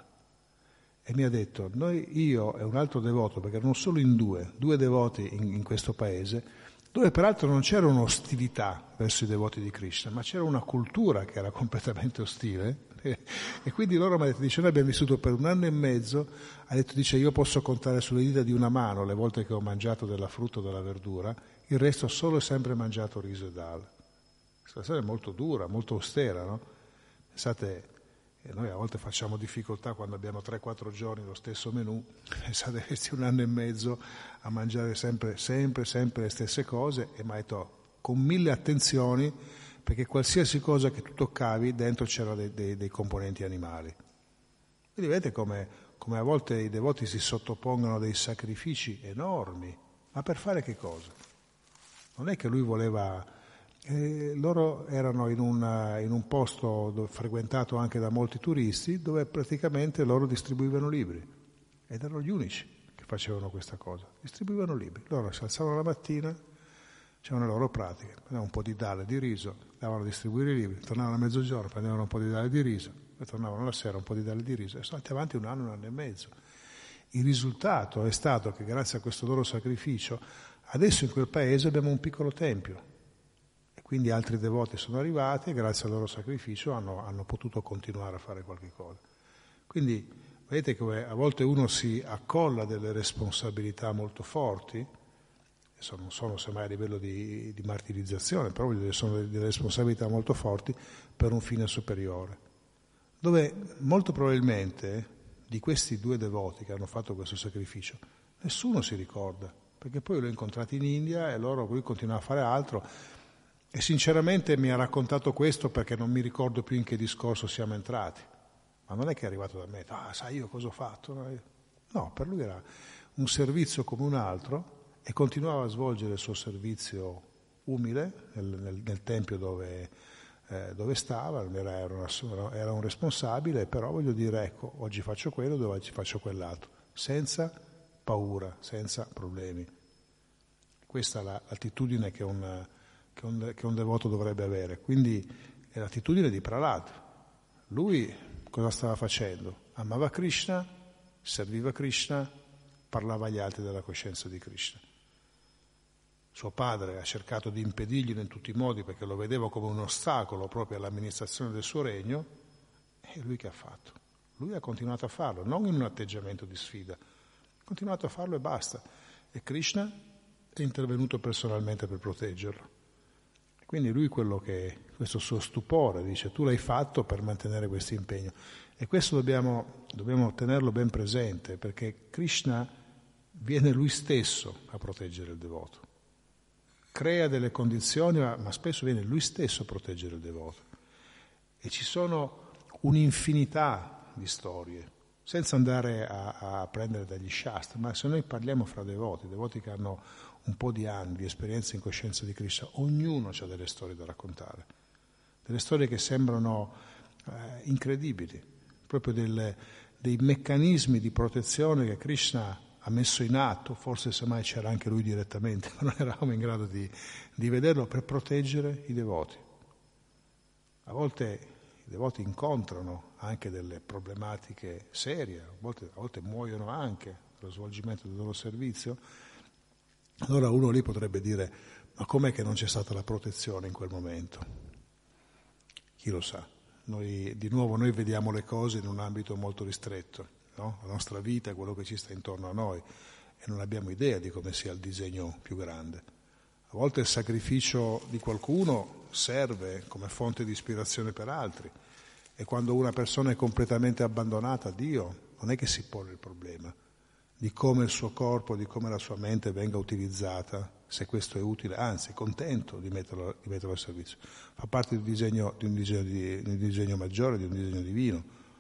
A: E mi ha detto, io e un altro devoto, perché erano solo in due devoti in questo paese, dove peraltro non c'era un'ostilità verso i devoti di Krishna, ma c'era una cultura che era completamente ostile. E quindi loro mi hanno detto, noi abbiamo vissuto per un anno e mezzo, ha detto, io posso contare sulle dita di una mano le volte che ho mangiato della frutta o della verdura, il resto solo e sempre mangiato riso e dal. Questa storia è molto dura, molto austera, no? Pensate, noi a volte facciamo difficoltà quando abbiamo 3-4 giorni lo stesso menù, pensate questi un anno e mezzo a mangiare sempre le stesse cose, e mi ha detto con 1000 attenzioni, perché qualsiasi cosa che tu toccavi dentro c'erano dei componenti animali. Quindi vedete come a volte i devoti si sottopongono a dei sacrifici enormi, ma per fare che cosa? Non è che lui voleva... loro erano in un posto frequentato anche da molti turisti, dove praticamente loro distribuivano libri, ed erano gli unici che facevano questa cosa, distribuivano libri. Loro si alzavano la mattina, c'erano le loro pratiche, prendevano un po' di dale di riso, andavano a distribuire i libri, tornavano a mezzogiorno, prendevano un po' di dale di riso, e tornavano la sera un po' di dale di riso, e sono andati avanti un anno e mezzo. Il risultato è stato che grazie a questo loro sacrificio adesso in quel paese abbiamo un piccolo tempio. Quindi altri devoti sono arrivati e grazie al loro sacrificio hanno potuto continuare a fare qualche cosa. Quindi vedete come a volte uno si accolla delle responsabilità molto forti, non sono semmai a livello di martirizzazione, però sono delle responsabilità molto forti per un fine superiore, dove molto probabilmente di questi due devoti che hanno fatto questo sacrificio nessuno si ricorda, perché poi l'ho incontrato in India e lui continuava a fare altro. E sinceramente mi ha raccontato questo perché non mi ricordo più in che discorso siamo entrati. Ma non è che è arrivato da me, sai io cosa ho fatto? No, per lui era un servizio come un altro e continuava a svolgere il suo servizio umile nel tempio dove stava, era un responsabile, però voglio dire, ecco, oggi faccio quello, oggi faccio quell'altro, senza paura, senza problemi. Questa è l'attitudine che un devoto dovrebbe avere, quindi è l'attitudine di Prahlad. Lui cosa stava facendo? Amava Krishna, serviva Krishna, parlava agli altri della coscienza di Krishna. Suo padre ha cercato di impedirglielo in tutti i modi perché lo vedeva come un ostacolo proprio all'amministrazione del suo regno, e lui che ha fatto? Lui ha continuato a farlo, non in un atteggiamento di sfida, ha continuato a farlo e basta. E Krishna è intervenuto personalmente per proteggerlo. Quindi lui questo suo stupore, dice tu l'hai fatto per mantenere questo impegno. E questo dobbiamo tenerlo ben presente, perché Krishna viene lui stesso a proteggere il devoto. Crea delle condizioni, ma spesso viene lui stesso a proteggere il devoto. E ci sono un'infinità di storie, senza andare a prendere dagli shastra, ma se noi parliamo fra devoti che hanno un po' di anni di esperienza in coscienza di Krishna, ognuno ha delle storie da raccontare, delle storie che sembrano incredibili, proprio dei meccanismi di protezione che Krishna ha messo in atto, forse semmai c'era anche lui direttamente, ma non eravamo in grado di vederlo, per proteggere i devoti. A volte i devoti incontrano anche delle problematiche serie, a volte muoiono anche nello svolgimento del loro servizio. Allora uno lì potrebbe dire, ma com'è che non c'è stata la protezione in quel momento? Chi lo sa? Noi vediamo le cose in un ambito molto ristretto, no? La nostra vita è quello che ci sta intorno a noi e non abbiamo idea di come sia il disegno più grande. A volte il sacrificio di qualcuno serve come fonte di ispirazione per altri, e quando una persona è completamente abbandonata a Dio non è che si pone il problema di come il suo corpo, di come la sua mente venga utilizzata, se questo è utile, anzi è contento di metterlo al servizio. Fa parte di un disegno maggiore, di un disegno divino.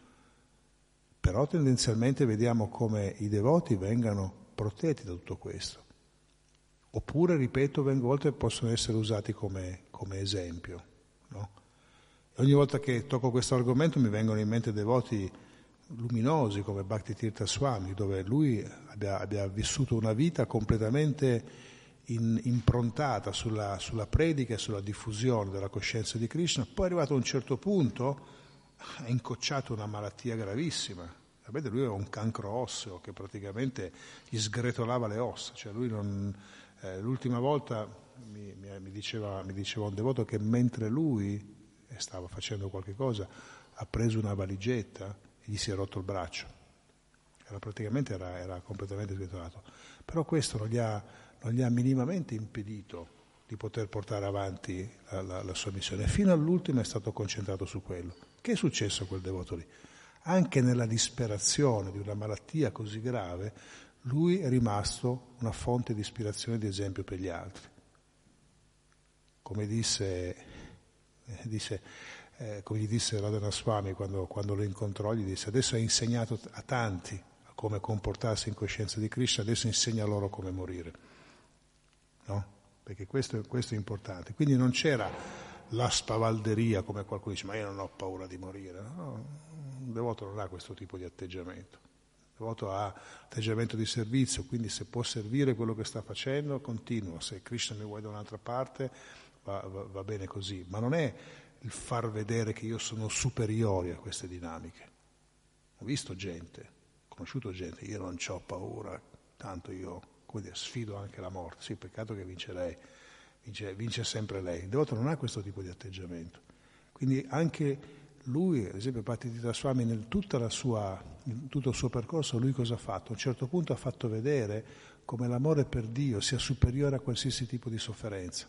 A: Però tendenzialmente vediamo come i devoti vengano protetti da tutto questo. Oppure, ripeto, a volte possono essere usati come esempio, no? E ogni volta che tocco questo argomento mi vengono in mente devoti luminosi come Bhaktitirtha Swami, dove lui abbia vissuto una vita completamente improntata sulla predica e sulla diffusione della coscienza di Krishna. Poi arrivato a un certo punto ha incocciato una malattia gravissima. Sapete, lui aveva un cancro osseo che praticamente gli sgretolava le ossa, cioè lui l'ultima volta mi diceva un devoto che mentre lui stava facendo qualche cosa ha preso una valigetta e gli si è rotto il braccio. Era completamente sgretolato. Però questo non gli ha minimamente impedito di poter portare avanti la sua missione. Fino all'ultimo è stato concentrato su quello. Che è successo a quel devoto lì? Anche nella disperazione di una malattia così grave, lui è rimasto una fonte di ispirazione e di esempio per gli altri. Come gli disse Radhana Swami quando lo incontrò, gli disse: adesso hai insegnato a tanti a come comportarsi in coscienza di Krishna, adesso insegna loro come morire, no? Perché questo è importante. Quindi non c'era la spavalderia come qualcuno dice, ma io non ho paura di morire. No, un devoto non ha questo tipo di atteggiamento. Il devoto ha atteggiamento di servizio, quindi se può servire quello che sta facendo, continua. Se Krishna mi vuole da un'altra parte, va bene così. Ma non è il far vedere che io sono superiore a queste dinamiche. Ho visto gente, ho conosciuto gente, io non c'ho paura, tanto io sfido anche la morte. Sì, peccato che vince lei, vince sempre lei. Il devoto non ha questo tipo di atteggiamento. Quindi anche lui, ad esempio Bhaktivedanta Swami, in tutto il suo percorso, lui cosa ha fatto? A un certo punto ha fatto vedere come l'amore per Dio sia superiore a qualsiasi tipo di sofferenza.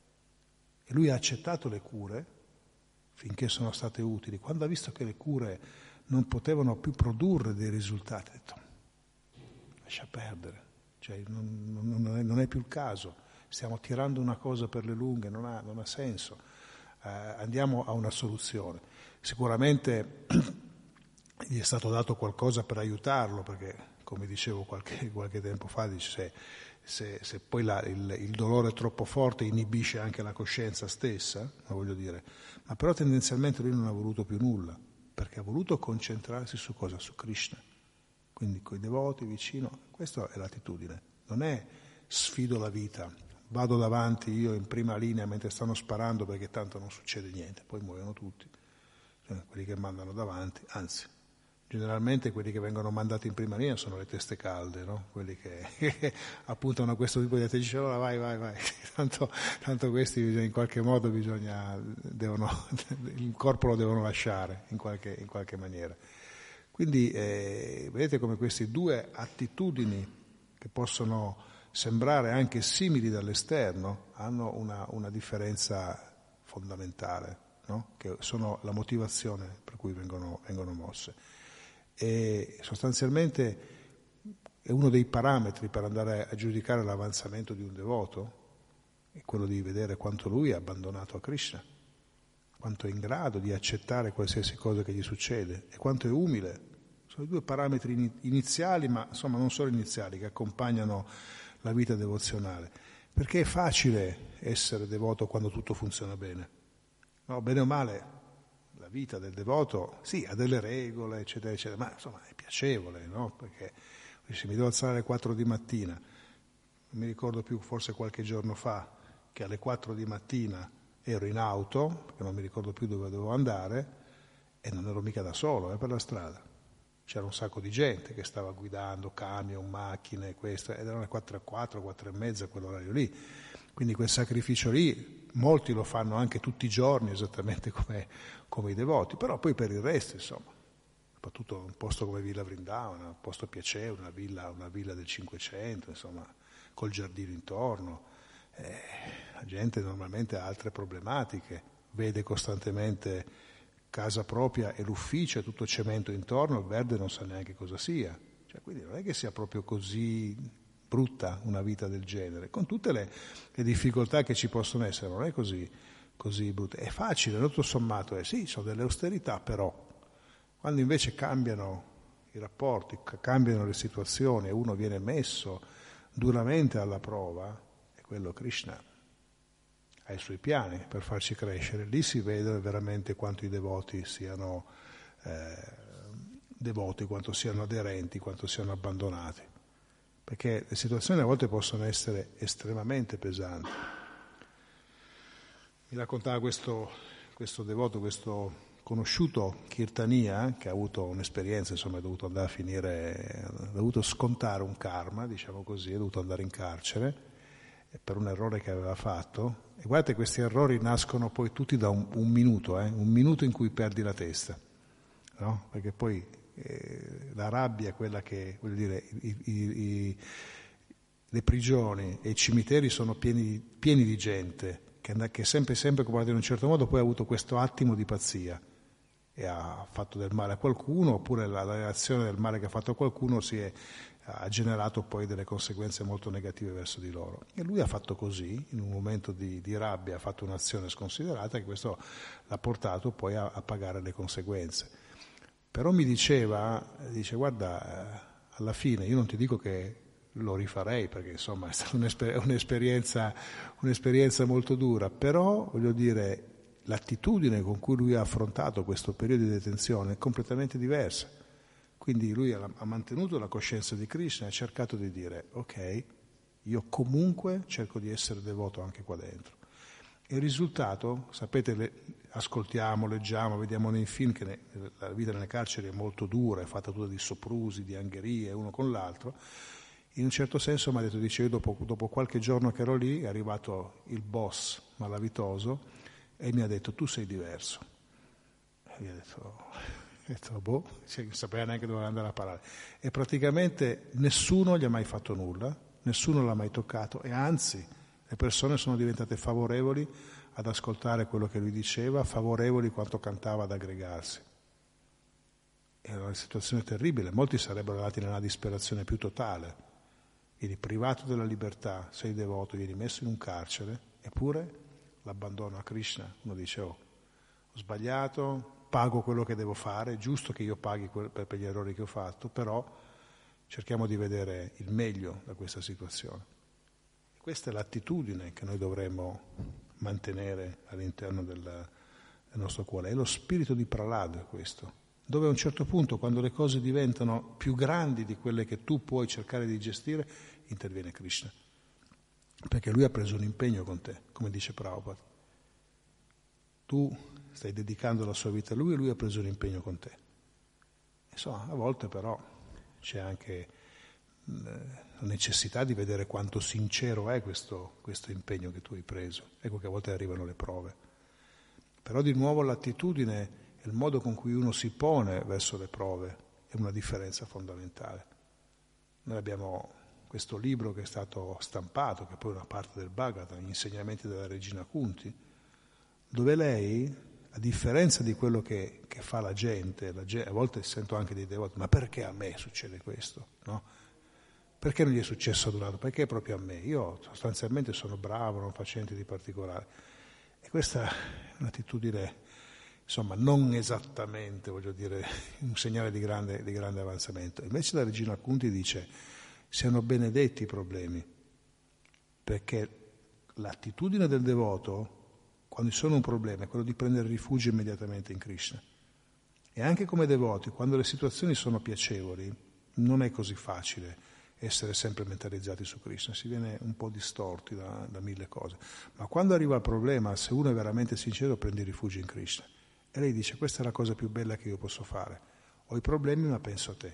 A: E lui ha accettato le cure finché sono state utili. Quando ha visto che le cure non potevano più produrre dei risultati, ha detto: lascia perdere, cioè non è più il caso, stiamo tirando una cosa per le lunghe, non ha senso, andiamo a una soluzione. Sicuramente gli è stato dato qualcosa per aiutarlo, perché come dicevo qualche tempo fa, dice, se poi il dolore è troppo forte inibisce anche la coscienza stessa, ma però tendenzialmente lui non ha voluto più nulla, perché ha voluto concentrarsi su cosa? Su Krishna. Quindi coi devoti vicino, questa è l'attitudine, non è sfido la vita, vado davanti io in prima linea mentre stanno sparando perché tanto non succede niente, poi muoiono tutti, cioè, quelli che mandano davanti, anzi, generalmente quelli che vengono mandati in prima linea sono le teste calde, no? Quelli che appuntano a questo tipo di atteggiamento, allora vai, tanto questi in qualche modo il corpo lo devono lasciare in qualche maniera. Quindi vedete come queste due attitudini che possono sembrare anche simili dall'esterno, hanno una differenza fondamentale, no? Che sono la motivazione per cui vengono mosse. E sostanzialmente è uno dei parametri per andare a giudicare l'avanzamento di un devoto, è quello di vedere quanto lui è abbandonato a Krishna, quanto è in grado di accettare qualsiasi cosa che gli succede e quanto è umile. Sono i due parametri iniziali, ma insomma non solo iniziali, che accompagnano la vita devozionale. Perché è facile essere devoto quando tutto funziona bene. No, bene o male, la vita del devoto, sì, ha delle regole, eccetera, eccetera, ma insomma è piacevole, no? Perché se mi devo alzare alle 4 di mattina, non mi ricordo più, forse qualche giorno fa, che alle 4 di mattina ero in auto, perché non mi ricordo più dove dovevo andare, e non ero mica da solo per la strada. C'era un sacco di gente che stava guidando, camion, macchine, questo, ed erano le 4:04, 4:30, quell'orario lì. Quindi quel sacrificio lì, molti lo fanno anche tutti i giorni, esattamente come i devoti, però poi per il resto, insomma, soprattutto un posto come Villa Vrindavana, un posto piacevole, una villa del 500, insomma, col giardino intorno. La gente normalmente ha altre problematiche, vede costantemente casa propria e l'ufficio, tutto cemento intorno, il verde non sa neanche cosa sia. Cioè, quindi non è che sia proprio così brutta una vita del genere, con tutte le difficoltà che ci possono essere, non è così brutta. È facile, tutto sommato, sì, sono delle austerità, però quando invece cambiano i rapporti, cambiano le situazioni e uno viene messo duramente alla prova, è quello Krishna ha i suoi piani per farci crescere. Lì si vede veramente quanto i devoti siano devoti, quanto siano aderenti, quanto siano abbandonati, perché le situazioni a volte possono essere estremamente pesanti. Mi raccontava questo devoto, questo conosciuto Kirtania, che ha avuto un'esperienza, insomma è dovuto andare a finire, ha dovuto scontare un karma, diciamo così, è dovuto andare in carcere per un errore che aveva fatto. E guardate, questi errori nascono poi tutti da un minuto in cui perdi la testa, no? Perché poi la rabbia è quella che, voglio dire, le prigioni e i cimiteri sono pieni di gente che sempre comportata in un certo modo, poi ha avuto questo attimo di pazzia e ha fatto del male a qualcuno, oppure la reazione del male che ha fatto a qualcuno ha generato poi delle conseguenze molto negative verso di loro. E lui ha fatto così, in un momento di rabbia ha fatto un'azione sconsiderata e questo l'ha portato poi a pagare le conseguenze. Però mi dice, guarda, alla fine io non ti dico che lo rifarei, perché insomma è stata un'esperienza molto dura, però voglio dire, l'attitudine con cui lui ha affrontato questo periodo di detenzione è completamente diversa. Quindi lui ha mantenuto la coscienza di Krishna e ha cercato di dire, ok, io comunque cerco di essere devoto anche qua dentro. E il risultato, sapete, ascoltiamo, leggiamo, vediamo nei film che la vita nelle carceri è molto dura, è fatta tutta di soprusi, di angherie, uno con l'altro. In un certo senso mi ha detto, io dopo qualche giorno che ero lì, è arrivato il boss malavitoso e mi ha detto, tu sei diverso. E io ho detto boh, non sapeva neanche dove andare a parare. E praticamente nessuno gli ha mai fatto nulla, nessuno l'ha mai toccato e anzi le persone sono diventate favorevoli ad ascoltare quello che lui diceva, favorevoli quanto cantava ad aggregarsi. Era una situazione terribile, molti sarebbero andati nella disperazione più totale. Vieni privato della libertà, sei devoto, vieni messo in un carcere, eppure l'abbandono a Krishna. Uno dice, ho sbagliato, pago quello che devo fare, è giusto che io paghi per gli errori che ho fatto, però cerchiamo di vedere il meglio da questa situazione. Questa è l'attitudine che noi dovremmo mantenere all'interno del nostro cuore, è lo spirito di Prahlad questo, dove a un certo punto, quando le cose diventano più grandi di quelle che tu puoi cercare di gestire, interviene Krishna, perché lui ha preso un impegno con te, come dice Prabhupada. Tu stai dedicando la sua vita a lui e lui ha preso un impegno con te. Insomma, a volte però c'è anche la necessità di vedere quanto sincero è questo impegno che tu hai preso. Ecco che a volte arrivano le prove. Però di nuovo l'attitudine e il modo con cui uno si pone verso le prove è una differenza fondamentale. Noi abbiamo questo libro che è stato stampato, che poi è una parte del Bhagavatam, gli insegnamenti della regina Kunti, dove lei, a differenza di quello che fa la gente, a volte sento anche dei devoti, ma perché a me succede questo? No? Perché non gli è successo ad un altro? Perché proprio a me? Io sostanzialmente sono bravo, non faccio niente di particolare. E questa è un'attitudine, insomma, non esattamente, voglio dire, un segnale di grande avanzamento. Invece la regina Kunti dice: siano benedetti i problemi, perché l'attitudine del devoto, quando ci sono un problema, è quello di prendere rifugio immediatamente in Krishna. E anche come devoti, quando le situazioni sono piacevoli, non è così facile essere sempre mentalizzati su Krishna, si viene un po' distorti da mille cose. Ma quando arriva il problema, se uno è veramente sincero, prende rifugio in Krishna. E lei dice: questa è la cosa più bella che io posso fare. Ho i problemi, ma penso a te.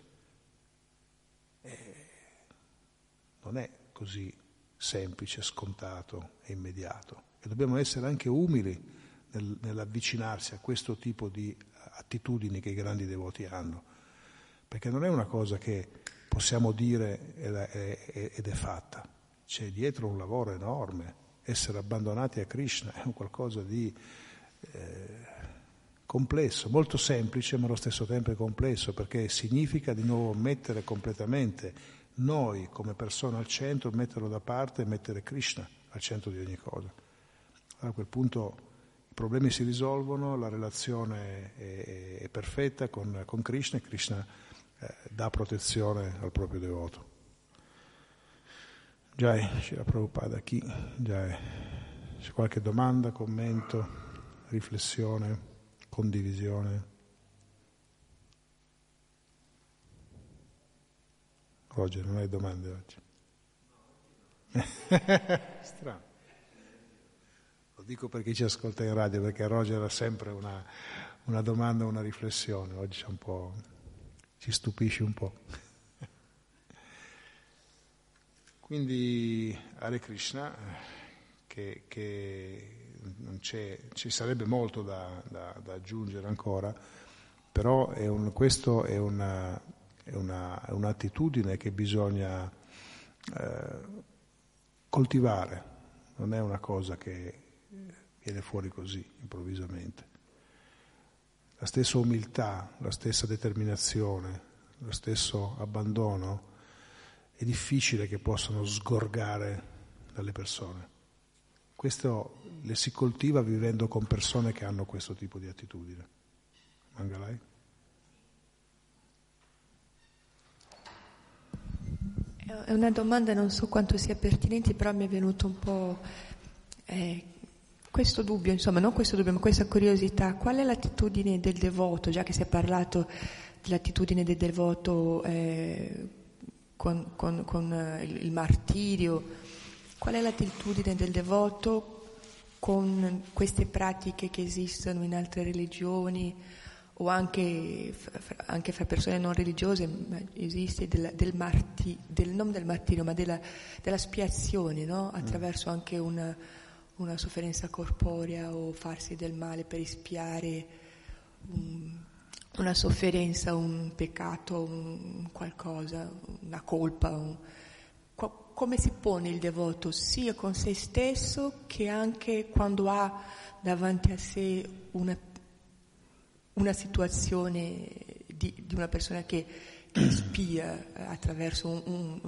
A: Non è così semplice, scontato e immediato. E dobbiamo essere anche umili nell'avvicinarsi a questo tipo di attitudini che i grandi devoti hanno, perché non è una cosa che possiamo dire ed è fatta. C'è dietro un lavoro enorme. Essere abbandonati a Krishna è un qualcosa di complesso, molto semplice, ma allo stesso tempo è complesso, perché significa di nuovo mettere completamente noi come persone al centro, metterlo da parte e mettere Krishna al centro di ogni cosa. Allora, a quel punto i problemi si risolvono, la relazione è perfetta con Krishna, e Krishna dà protezione al proprio devoto. Jai, Srila Prabhupada, chi? Jai. C'è qualche domanda, commento, riflessione, condivisione? Roger, non hai domande oggi? Strano. Lo dico per chi ci ascolta in radio, perché Roger ha sempre una domanda, una riflessione. Oggi c'è un po', ci stupisce un po'. Quindi Hare Krishna, che non ci sarebbe molto da aggiungere ancora, però questo è un'attitudine che bisogna coltivare, non è una cosa che viene fuori così improvvisamente. La stessa umiltà, la stessa determinazione, lo stesso abbandono è difficile che possano sgorgare dalle persone. Questo le si coltiva vivendo con persone che hanno questo tipo di attitudine. Mangalai?
C: È una domanda, non so quanto sia pertinente, però mi è venuto un po' questo dubbio, insomma, non questo dubbio, ma questa curiosità. Qual è l'attitudine del devoto, già che si è parlato dell'attitudine del devoto con il martirio, qual è l'attitudine del devoto con queste pratiche che esistono in altre religioni o anche fra persone non religiose, ma esiste non del martirio, ma della spiazione, no? Attraverso anche una sofferenza corporea o farsi del male per espiare una sofferenza, un peccato, un qualcosa, una colpa. Come si pone il devoto sia con se stesso che anche quando ha davanti a sé una situazione di una persona che spia attraverso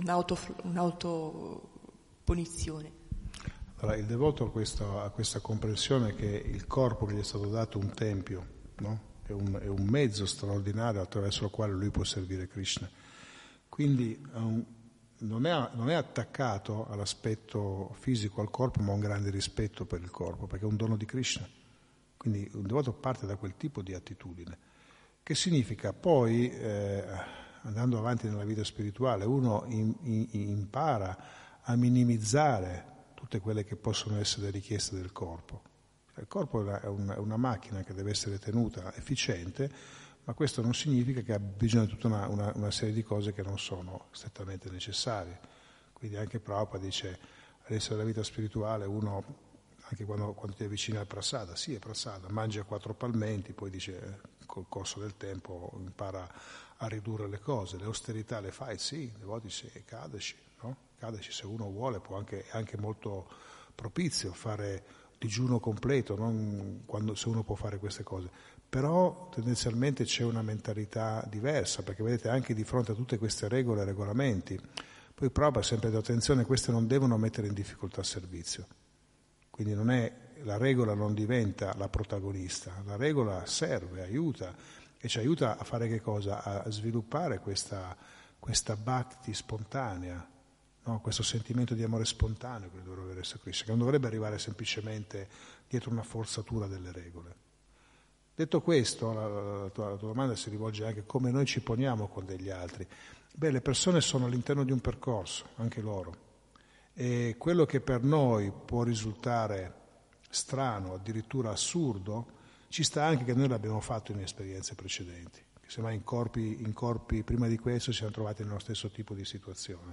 C: un'autopunizione.
A: Allora, il devoto ha questa comprensione che il corpo che gli è stato dato un tempio, no? È un mezzo straordinario attraverso il quale lui può servire Krishna. Quindi non è attaccato all'aspetto fisico, al corpo, ma ha un grande rispetto per il corpo, perché è un dono di Krishna. Quindi un devoto parte da quel tipo di attitudine, che significa poi, andando avanti nella vita spirituale, uno impara a minimizzare tutte quelle che possono essere le richieste del corpo. Il corpo è una macchina che deve essere tenuta efficiente, ma questo non significa che ha bisogno di tutta una serie di cose che non sono strettamente necessarie. Quindi anche Prabhupada dice, all'inizio della vita spirituale uno anche quando ti avvicini al prasada, sì è prasada, mangi a 4 palmenti, poi dice col corso del tempo impara a ridurre le cose, le austerità le fai, sì, devoti sì, Ekadashi, no? Ekadashi se uno vuole è anche molto propizio fare digiuno completo, se uno può fare queste cose, però tendenzialmente c'è una mentalità diversa, perché vedete anche di fronte a tutte queste regole e regolamenti, poi Prabhupada ha sempre detto attenzione, queste non devono mettere in difficoltà il servizio, quindi la regola non diventa la protagonista, la regola serve, aiuta, e ci aiuta a fare che cosa? A sviluppare questa bhakti spontanea, no? Questo sentimento di amore spontaneo che dovrebbe avere verso Krishna, che non dovrebbe arrivare semplicemente dietro una forzatura delle regole. Detto questo, la tua domanda si rivolge anche a come noi ci poniamo con degli altri. Le persone sono all'interno di un percorso, anche loro, e quello che per noi può risultare strano, addirittura assurdo, ci sta anche che noi l'abbiamo fatto in esperienze precedenti, che semmai in corpi prima di questo ci siamo trovati nello stesso tipo di situazione.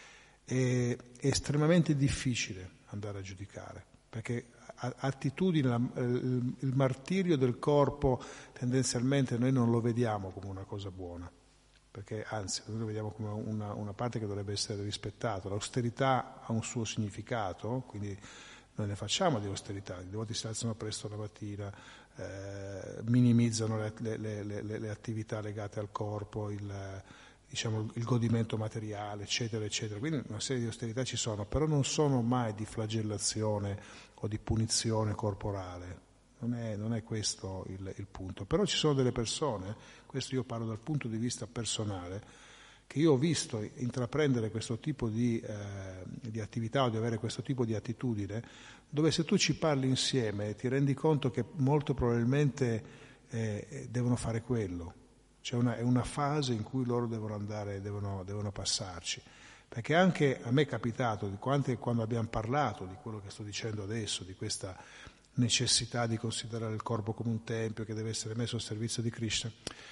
A: È estremamente difficile andare a giudicare, perché attitudine, il martirio del corpo tendenzialmente noi non lo vediamo come una cosa buona, perché anzi noi lo vediamo come una parte che dovrebbe essere rispettata. L'austerità ha un suo significato, quindi noi ne facciamo di austerità, i devoti si alzano presto la mattina, minimizzano le attività legate al corpo, il godimento materiale, eccetera, eccetera. Quindi una serie di austerità ci sono, però non sono mai di flagellazione o di punizione corporale. Non è questo il punto. Però ci sono delle persone, questo io parlo dal punto di vista personale, che io ho visto intraprendere questo tipo di attività o di avere questo tipo di attitudine, dove se tu ci parli insieme ti rendi conto che molto probabilmente devono fare quello. È una fase in cui loro devono andare, devono passarci. Perché anche a me è capitato, quando abbiamo parlato di quello che sto dicendo adesso, di questa necessità di considerare il corpo come un tempio che deve essere messo al servizio di Krishna,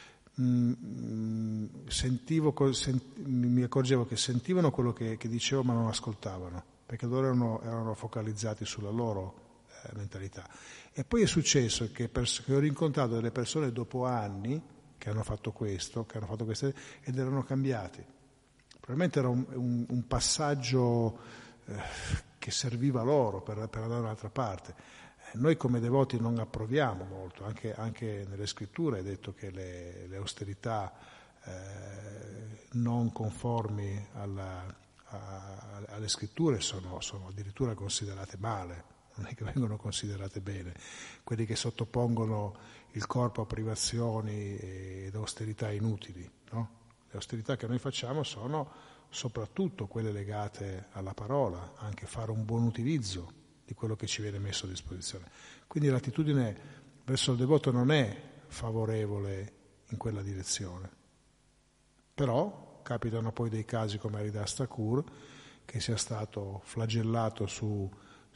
A: mi accorgevo che sentivano quello che dicevo ma non ascoltavano, perché loro erano focalizzati sulla loro mentalità. E poi è successo che ho rincontrato delle persone dopo anni che hanno fatto questo, ed erano cambiati. Probabilmente era un passaggio che serviva loro per andare da un'altra parte. Noi come devoti non approviamo molto, anche nelle scritture è detto che le austerità non conformi alle scritture sono addirittura considerate male, non è che vengono considerate bene. Quelli che sottopongono il corpo a privazioni ed austerità inutili, no? Le austerità che noi facciamo sono soprattutto quelle legate alla parola, anche fare un buon utilizzo di quello che ci viene messo a disposizione. Quindi l'attitudine verso il devoto non è favorevole in quella direzione. Però capitano poi dei casi come Haridas Thakur, che sia stato flagellato su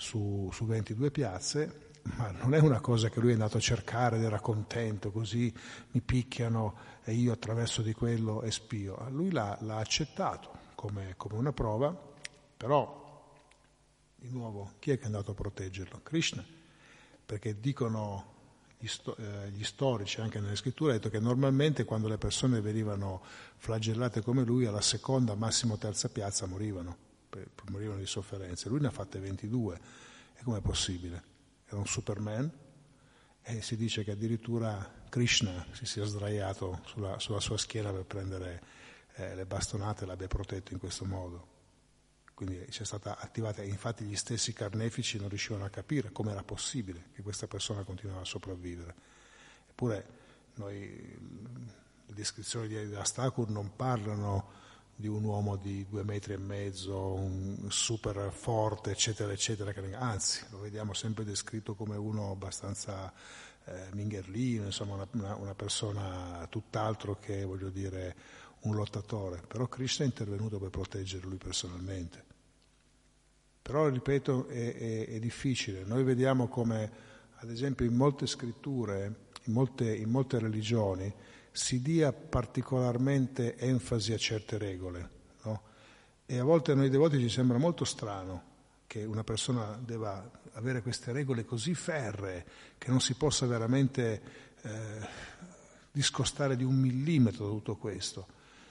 A: 22 piazze, ma non è una cosa che lui è andato a cercare ed era contento, così mi picchiano e io attraverso di quello espio. Lui l'ha accettato come una prova, però di nuovo, chi è che è andato a proteggerlo? Krishna, perché dicono gli storici, anche nelle scritture, ha detto che normalmente quando le persone venivano flagellate come lui, alla seconda, massimo terza piazza morivano di sofferenze. Lui ne ha fatte 22, e com'è possibile? Era un Superman, e si dice che addirittura Krishna si sia sdraiato sulla sua schiena per prendere le bastonate e l'abbia protetto in questo modo. Quindi c'è stata attivata, e infatti gli stessi carnefici non riuscivano a capire come era possibile che questa persona continuava a sopravvivere. Eppure le descrizioni di Haridas Thakur non parlano di un uomo di 2,5 metri, un super forte, eccetera, eccetera, anzi lo vediamo sempre descritto come uno abbastanza mingherlino, insomma una persona tutt'altro che, voglio dire, un lottatore. Però Krishna è intervenuto per proteggere lui personalmente. Però, ripeto, è difficile. Noi vediamo come, ad esempio, in molte scritture, in molte religioni, si dia particolarmente enfasi a certe regole, no? E a volte a noi devoti ci sembra molto strano che una persona debba avere queste regole così ferree che non si possa veramente discostare di 1 millimetro da tutto questo.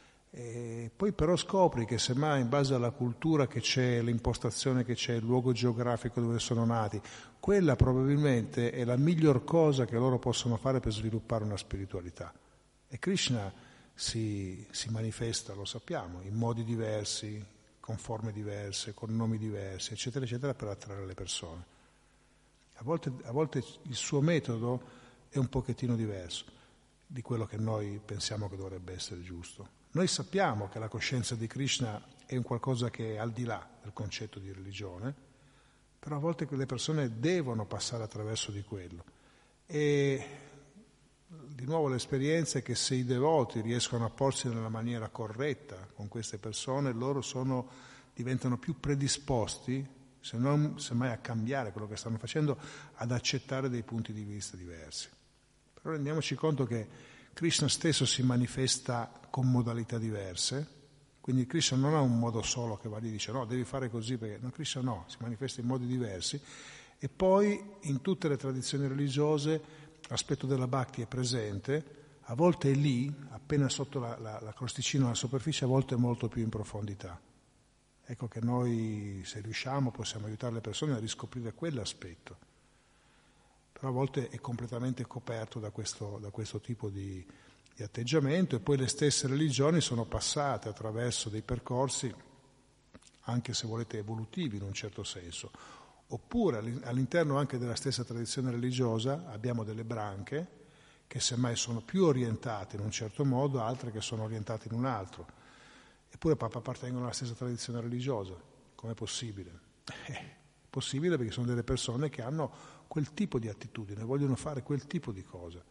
A: E poi però scopri che semmai in base alla cultura che c'è, l'impostazione che c'è, il luogo geografico dove sono nati, quella probabilmente è la miglior cosa che loro possono fare per sviluppare una spiritualità. E Krishna si manifesta, lo sappiamo, in modi diversi, con forme diverse, con nomi diversi, eccetera, eccetera, per attrarre le persone. A volte il suo metodo è un pochettino diverso di quello che noi pensiamo che dovrebbe essere giusto. Noi sappiamo che la coscienza di Krishna è un qualcosa che è al di là del concetto di religione, però a volte le persone devono passare attraverso di quello. E di nuovo l'esperienza è che se i devoti riescono a porsi nella maniera corretta con queste persone, loro diventano più predisposti, se non semmai a cambiare quello che stanno facendo, ad accettare dei punti di vista diversi. Però rendiamoci conto che Krishna stesso si manifesta con modalità diverse, quindi Krishna non ha un modo solo che va lì e dice no, devi fare così, perché no, Krishna no, si manifesta in modi diversi. E poi in tutte le tradizioni religiose l'aspetto della bhakti è presente, a volte è lì, appena sotto la crosticina alla superficie, a volte è molto più in profondità. Ecco che noi, se riusciamo, possiamo aiutare le persone a riscoprire quell'aspetto. Però a volte è completamente coperto da questo tipo di atteggiamento, e poi le stesse religioni sono passate attraverso dei percorsi, anche se volete evolutivi in un certo senso, oppure all'interno anche della stessa tradizione religiosa abbiamo delle branche che semmai sono più orientate in un certo modo, altre che sono orientate in un altro, eppure appartengono alla stessa tradizione religiosa. Com'è possibile? È possibile perché sono delle persone che hanno quel tipo di attitudine, vogliono fare quel tipo di cosa.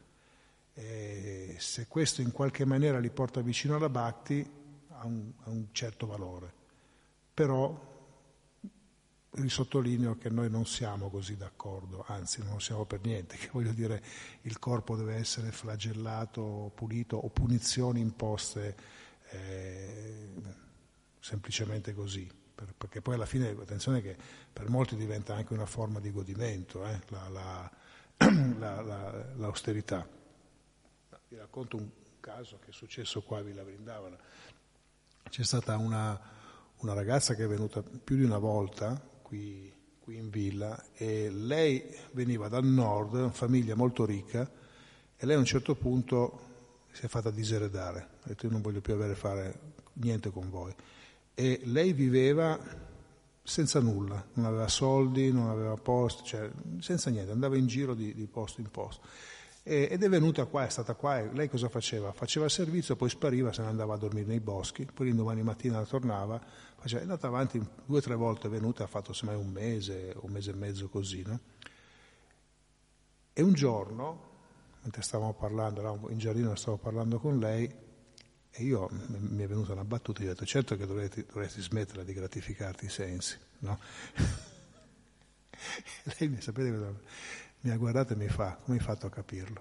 A: E se questo in qualche maniera li porta vicino alla bhakti, ha un certo valore. Però risottolineo che noi non siamo così d'accordo, anzi non siamo per niente, che voglio dire il corpo deve essere flagellato, pulito, o punizioni imposte semplicemente così. Perché poi alla fine, attenzione che per molti diventa anche una forma di godimento, l'austerità. Vi racconto un caso che è successo qua a Villa Vrindavana. C'è stata una ragazza che è venuta più di una volta qui in villa, e lei veniva dal nord, una famiglia molto ricca, e lei a un certo punto si è fatta diseredare, ha detto io non voglio più fare niente con voi. E lei viveva senza nulla, non aveva soldi, non aveva posto, cioè senza niente, andava in giro di posto in posto. Ed è venuta qua, è stata qua, e lei cosa faceva? Faceva il servizio, poi spariva, se ne andava a dormire nei boschi, poi l'indomani mattina tornava, è andata avanti 2 o 3 volte, è venuta, ha fatto semmai 1 mese, 1 mese e mezzo così, no? E un giorno, mentre stavamo parlando, eravamo in giardino, stavo parlando con lei, e io mi è venuta una battuta e gli ho detto certo che dovresti smetterla di gratificarti i sensi, no? Lei sapete cosa mi ha guardato e mi fa, come hai fatto a capirlo?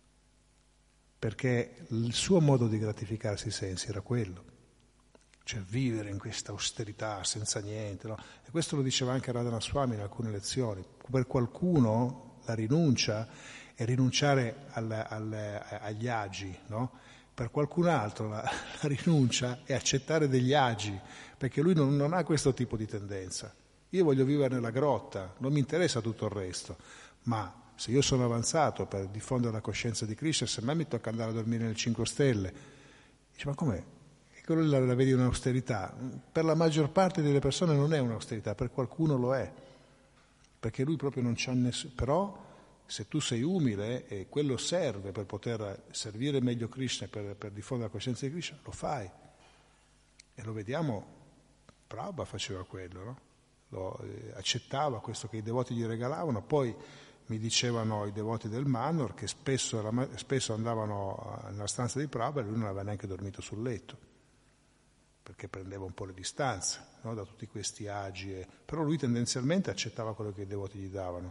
A: Perché il suo modo di gratificarsi i sensi era quello, cioè vivere in questa austerità senza niente, no? E questo lo diceva anche Radhana Swami in alcune lezioni. Per qualcuno la rinuncia è rinunciare agli agi, no? Per qualcun altro la rinuncia è accettare degli agi, perché lui non ha questo tipo di tendenza. Io voglio vivere nella grotta, non mi interessa tutto il resto, ma se io sono avanzato per diffondere la coscienza di Krishna, se mai mi tocca andare a dormire nelle 5 Stelle, dice ma com'è? E quello la vedi un'austerità. Per la maggior parte delle persone non è un'austerità, per qualcuno lo è, perché lui proprio non c'ha nessuno. Però se tu sei umile e quello serve per poter servire meglio Krishna, per diffondere la coscienza di Krishna, lo fai. E lo vediamo, Prabhupada faceva quello, no? Accettava questo che i devoti gli regalavano, poi mi dicevano i devoti del Manor che spesso andavano nella stanza di Prabhupada e lui non aveva neanche dormito sul letto, perché prendeva un po' le distanze, no? Da tutti questi agi, però lui tendenzialmente accettava quello che i devoti gli davano,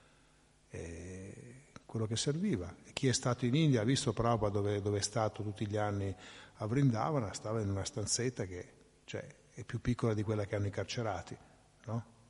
A: quello che serviva. E chi è stato in India ha visto Prabhupada dove è stato tutti gli anni a Vrindavana, stava in una stanzetta che è più piccola di quella che hanno i carcerati, no?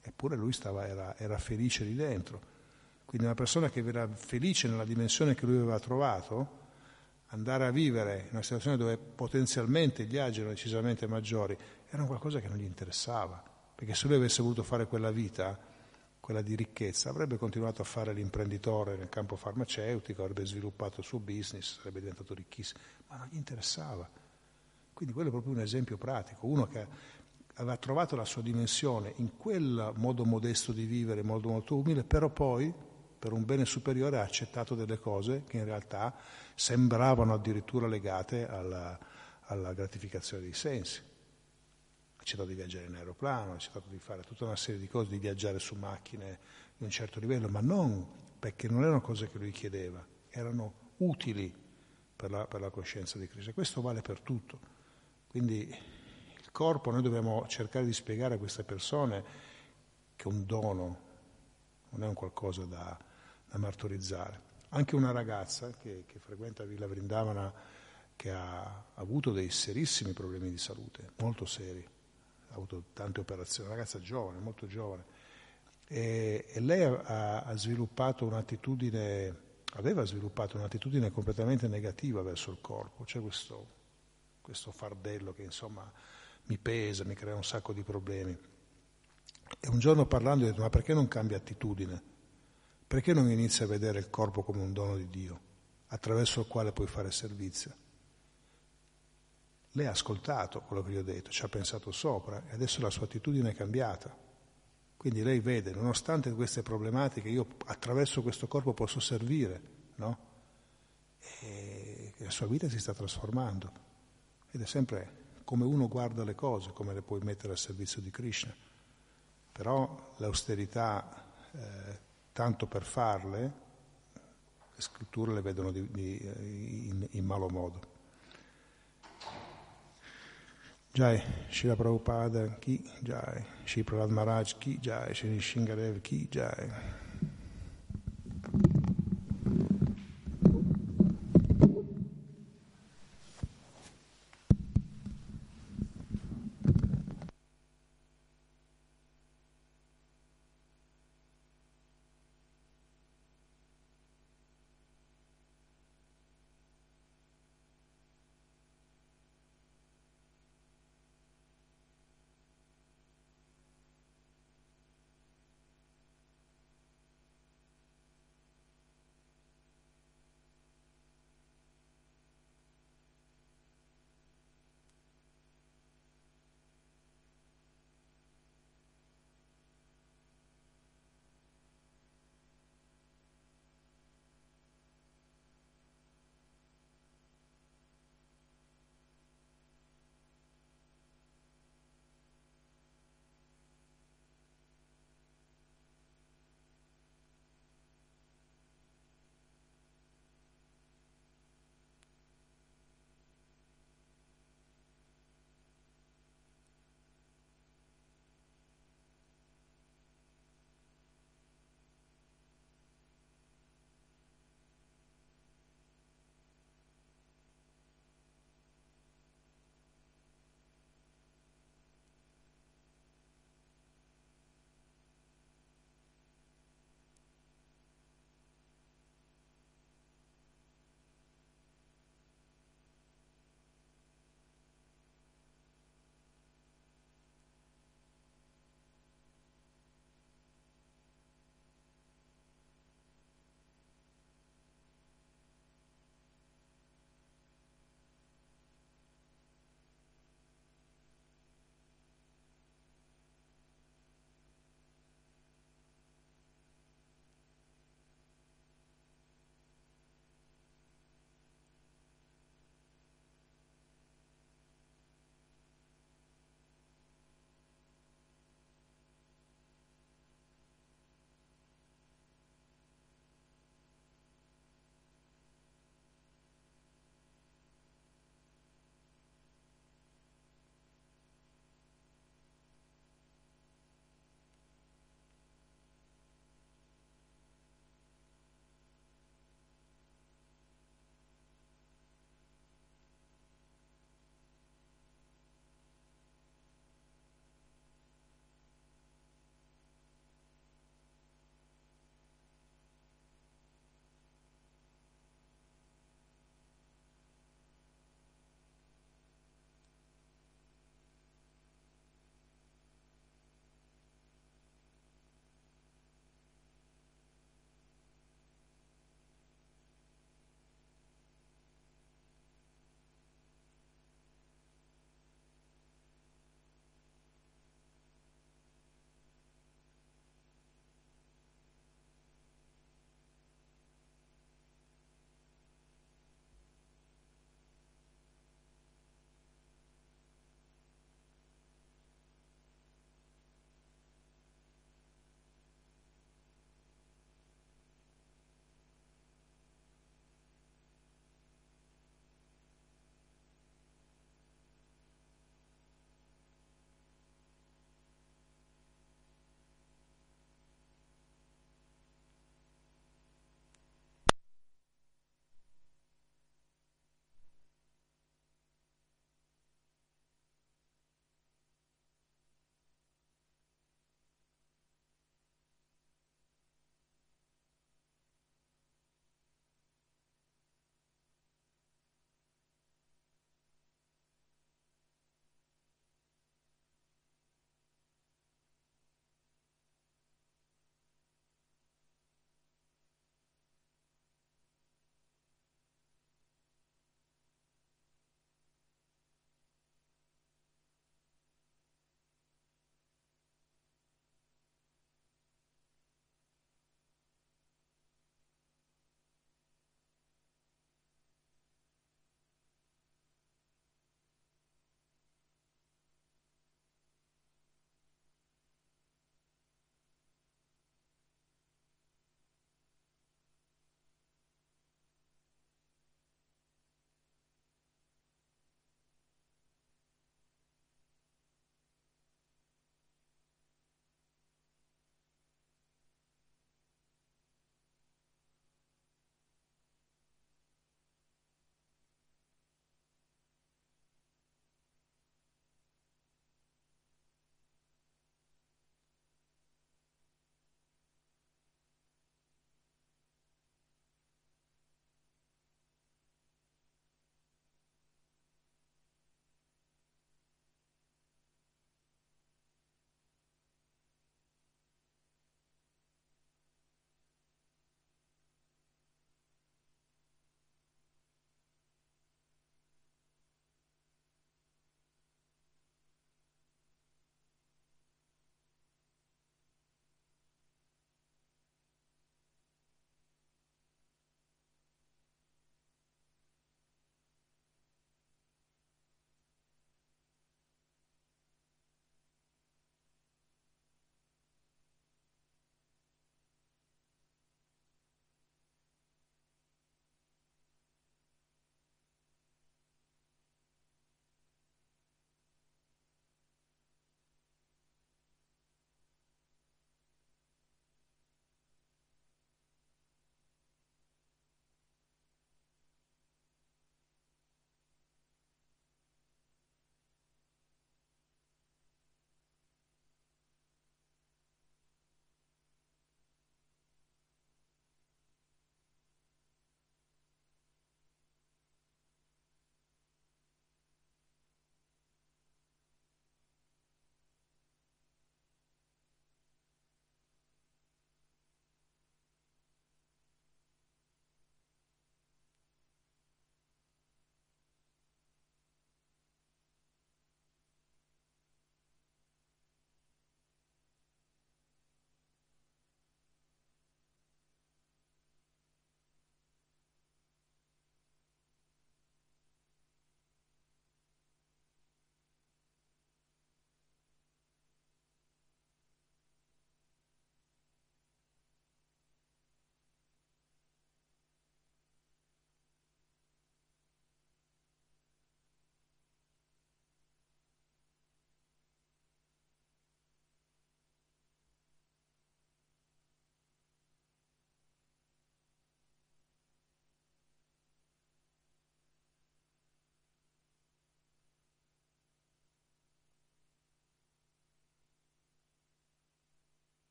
A: eppure lui era felice lì dentro. Quindi una persona che era felice nella dimensione che lui aveva trovato, andare a vivere in una situazione dove potenzialmente gli agi erano decisamente maggiori, era qualcosa che non gli interessava, perché se lui avesse voluto fare quella vita, quella di ricchezza, avrebbe continuato a fare l'imprenditore nel campo farmaceutico, avrebbe sviluppato il suo business, sarebbe diventato ricchissimo, ma non gli interessava. Quindi quello è proprio un esempio pratico, uno che aveva trovato la sua dimensione in quel modo modesto di vivere, in modo molto umile, però poi per un bene superiore ha accettato delle cose che in realtà sembravano addirittura legate alla gratificazione dei sensi. Ha accettato di viaggiare in aeroplano, ha accettato di fare tutta una serie di cose, di viaggiare su macchine di un certo livello, ma non perché non erano cose che lui chiedeva, erano utili per la coscienza di Krishna. Questo vale per tutto. Quindi il corpo, noi dobbiamo cercare di spiegare a queste persone che è un dono, non è un qualcosa da martorizzare. Anche una ragazza che frequenta Villa Vrindavana, che ha avuto dei serissimi problemi di salute, molto seri, ha avuto tante operazioni, una ragazza giovane, molto giovane, e lei aveva sviluppato un'attitudine completamente negativa verso il corpo. C'è questo fardello che insomma mi pesa, mi crea un sacco di problemi. E un giorno parlando ho detto: ma perché non cambia attitudine? Perché non inizi a vedere il corpo come un dono di Dio, attraverso il quale puoi fare servizio? Lei ha ascoltato quello che gli ho detto, ci ha pensato sopra e adesso la sua attitudine è cambiata. Quindi lei vede, nonostante queste problematiche, io attraverso questo corpo posso servire, no? E la sua vita si sta trasformando. Ed è sempre come uno guarda le cose, come le puoi mettere al servizio di Krishna. Però l'austerità, tanto per farle, le scritture le vedono in malo modo. Jai, Srila Prabhupada ki jai, Shri Prahlad Maharaj ki jai, Shri Shingadev ki jai.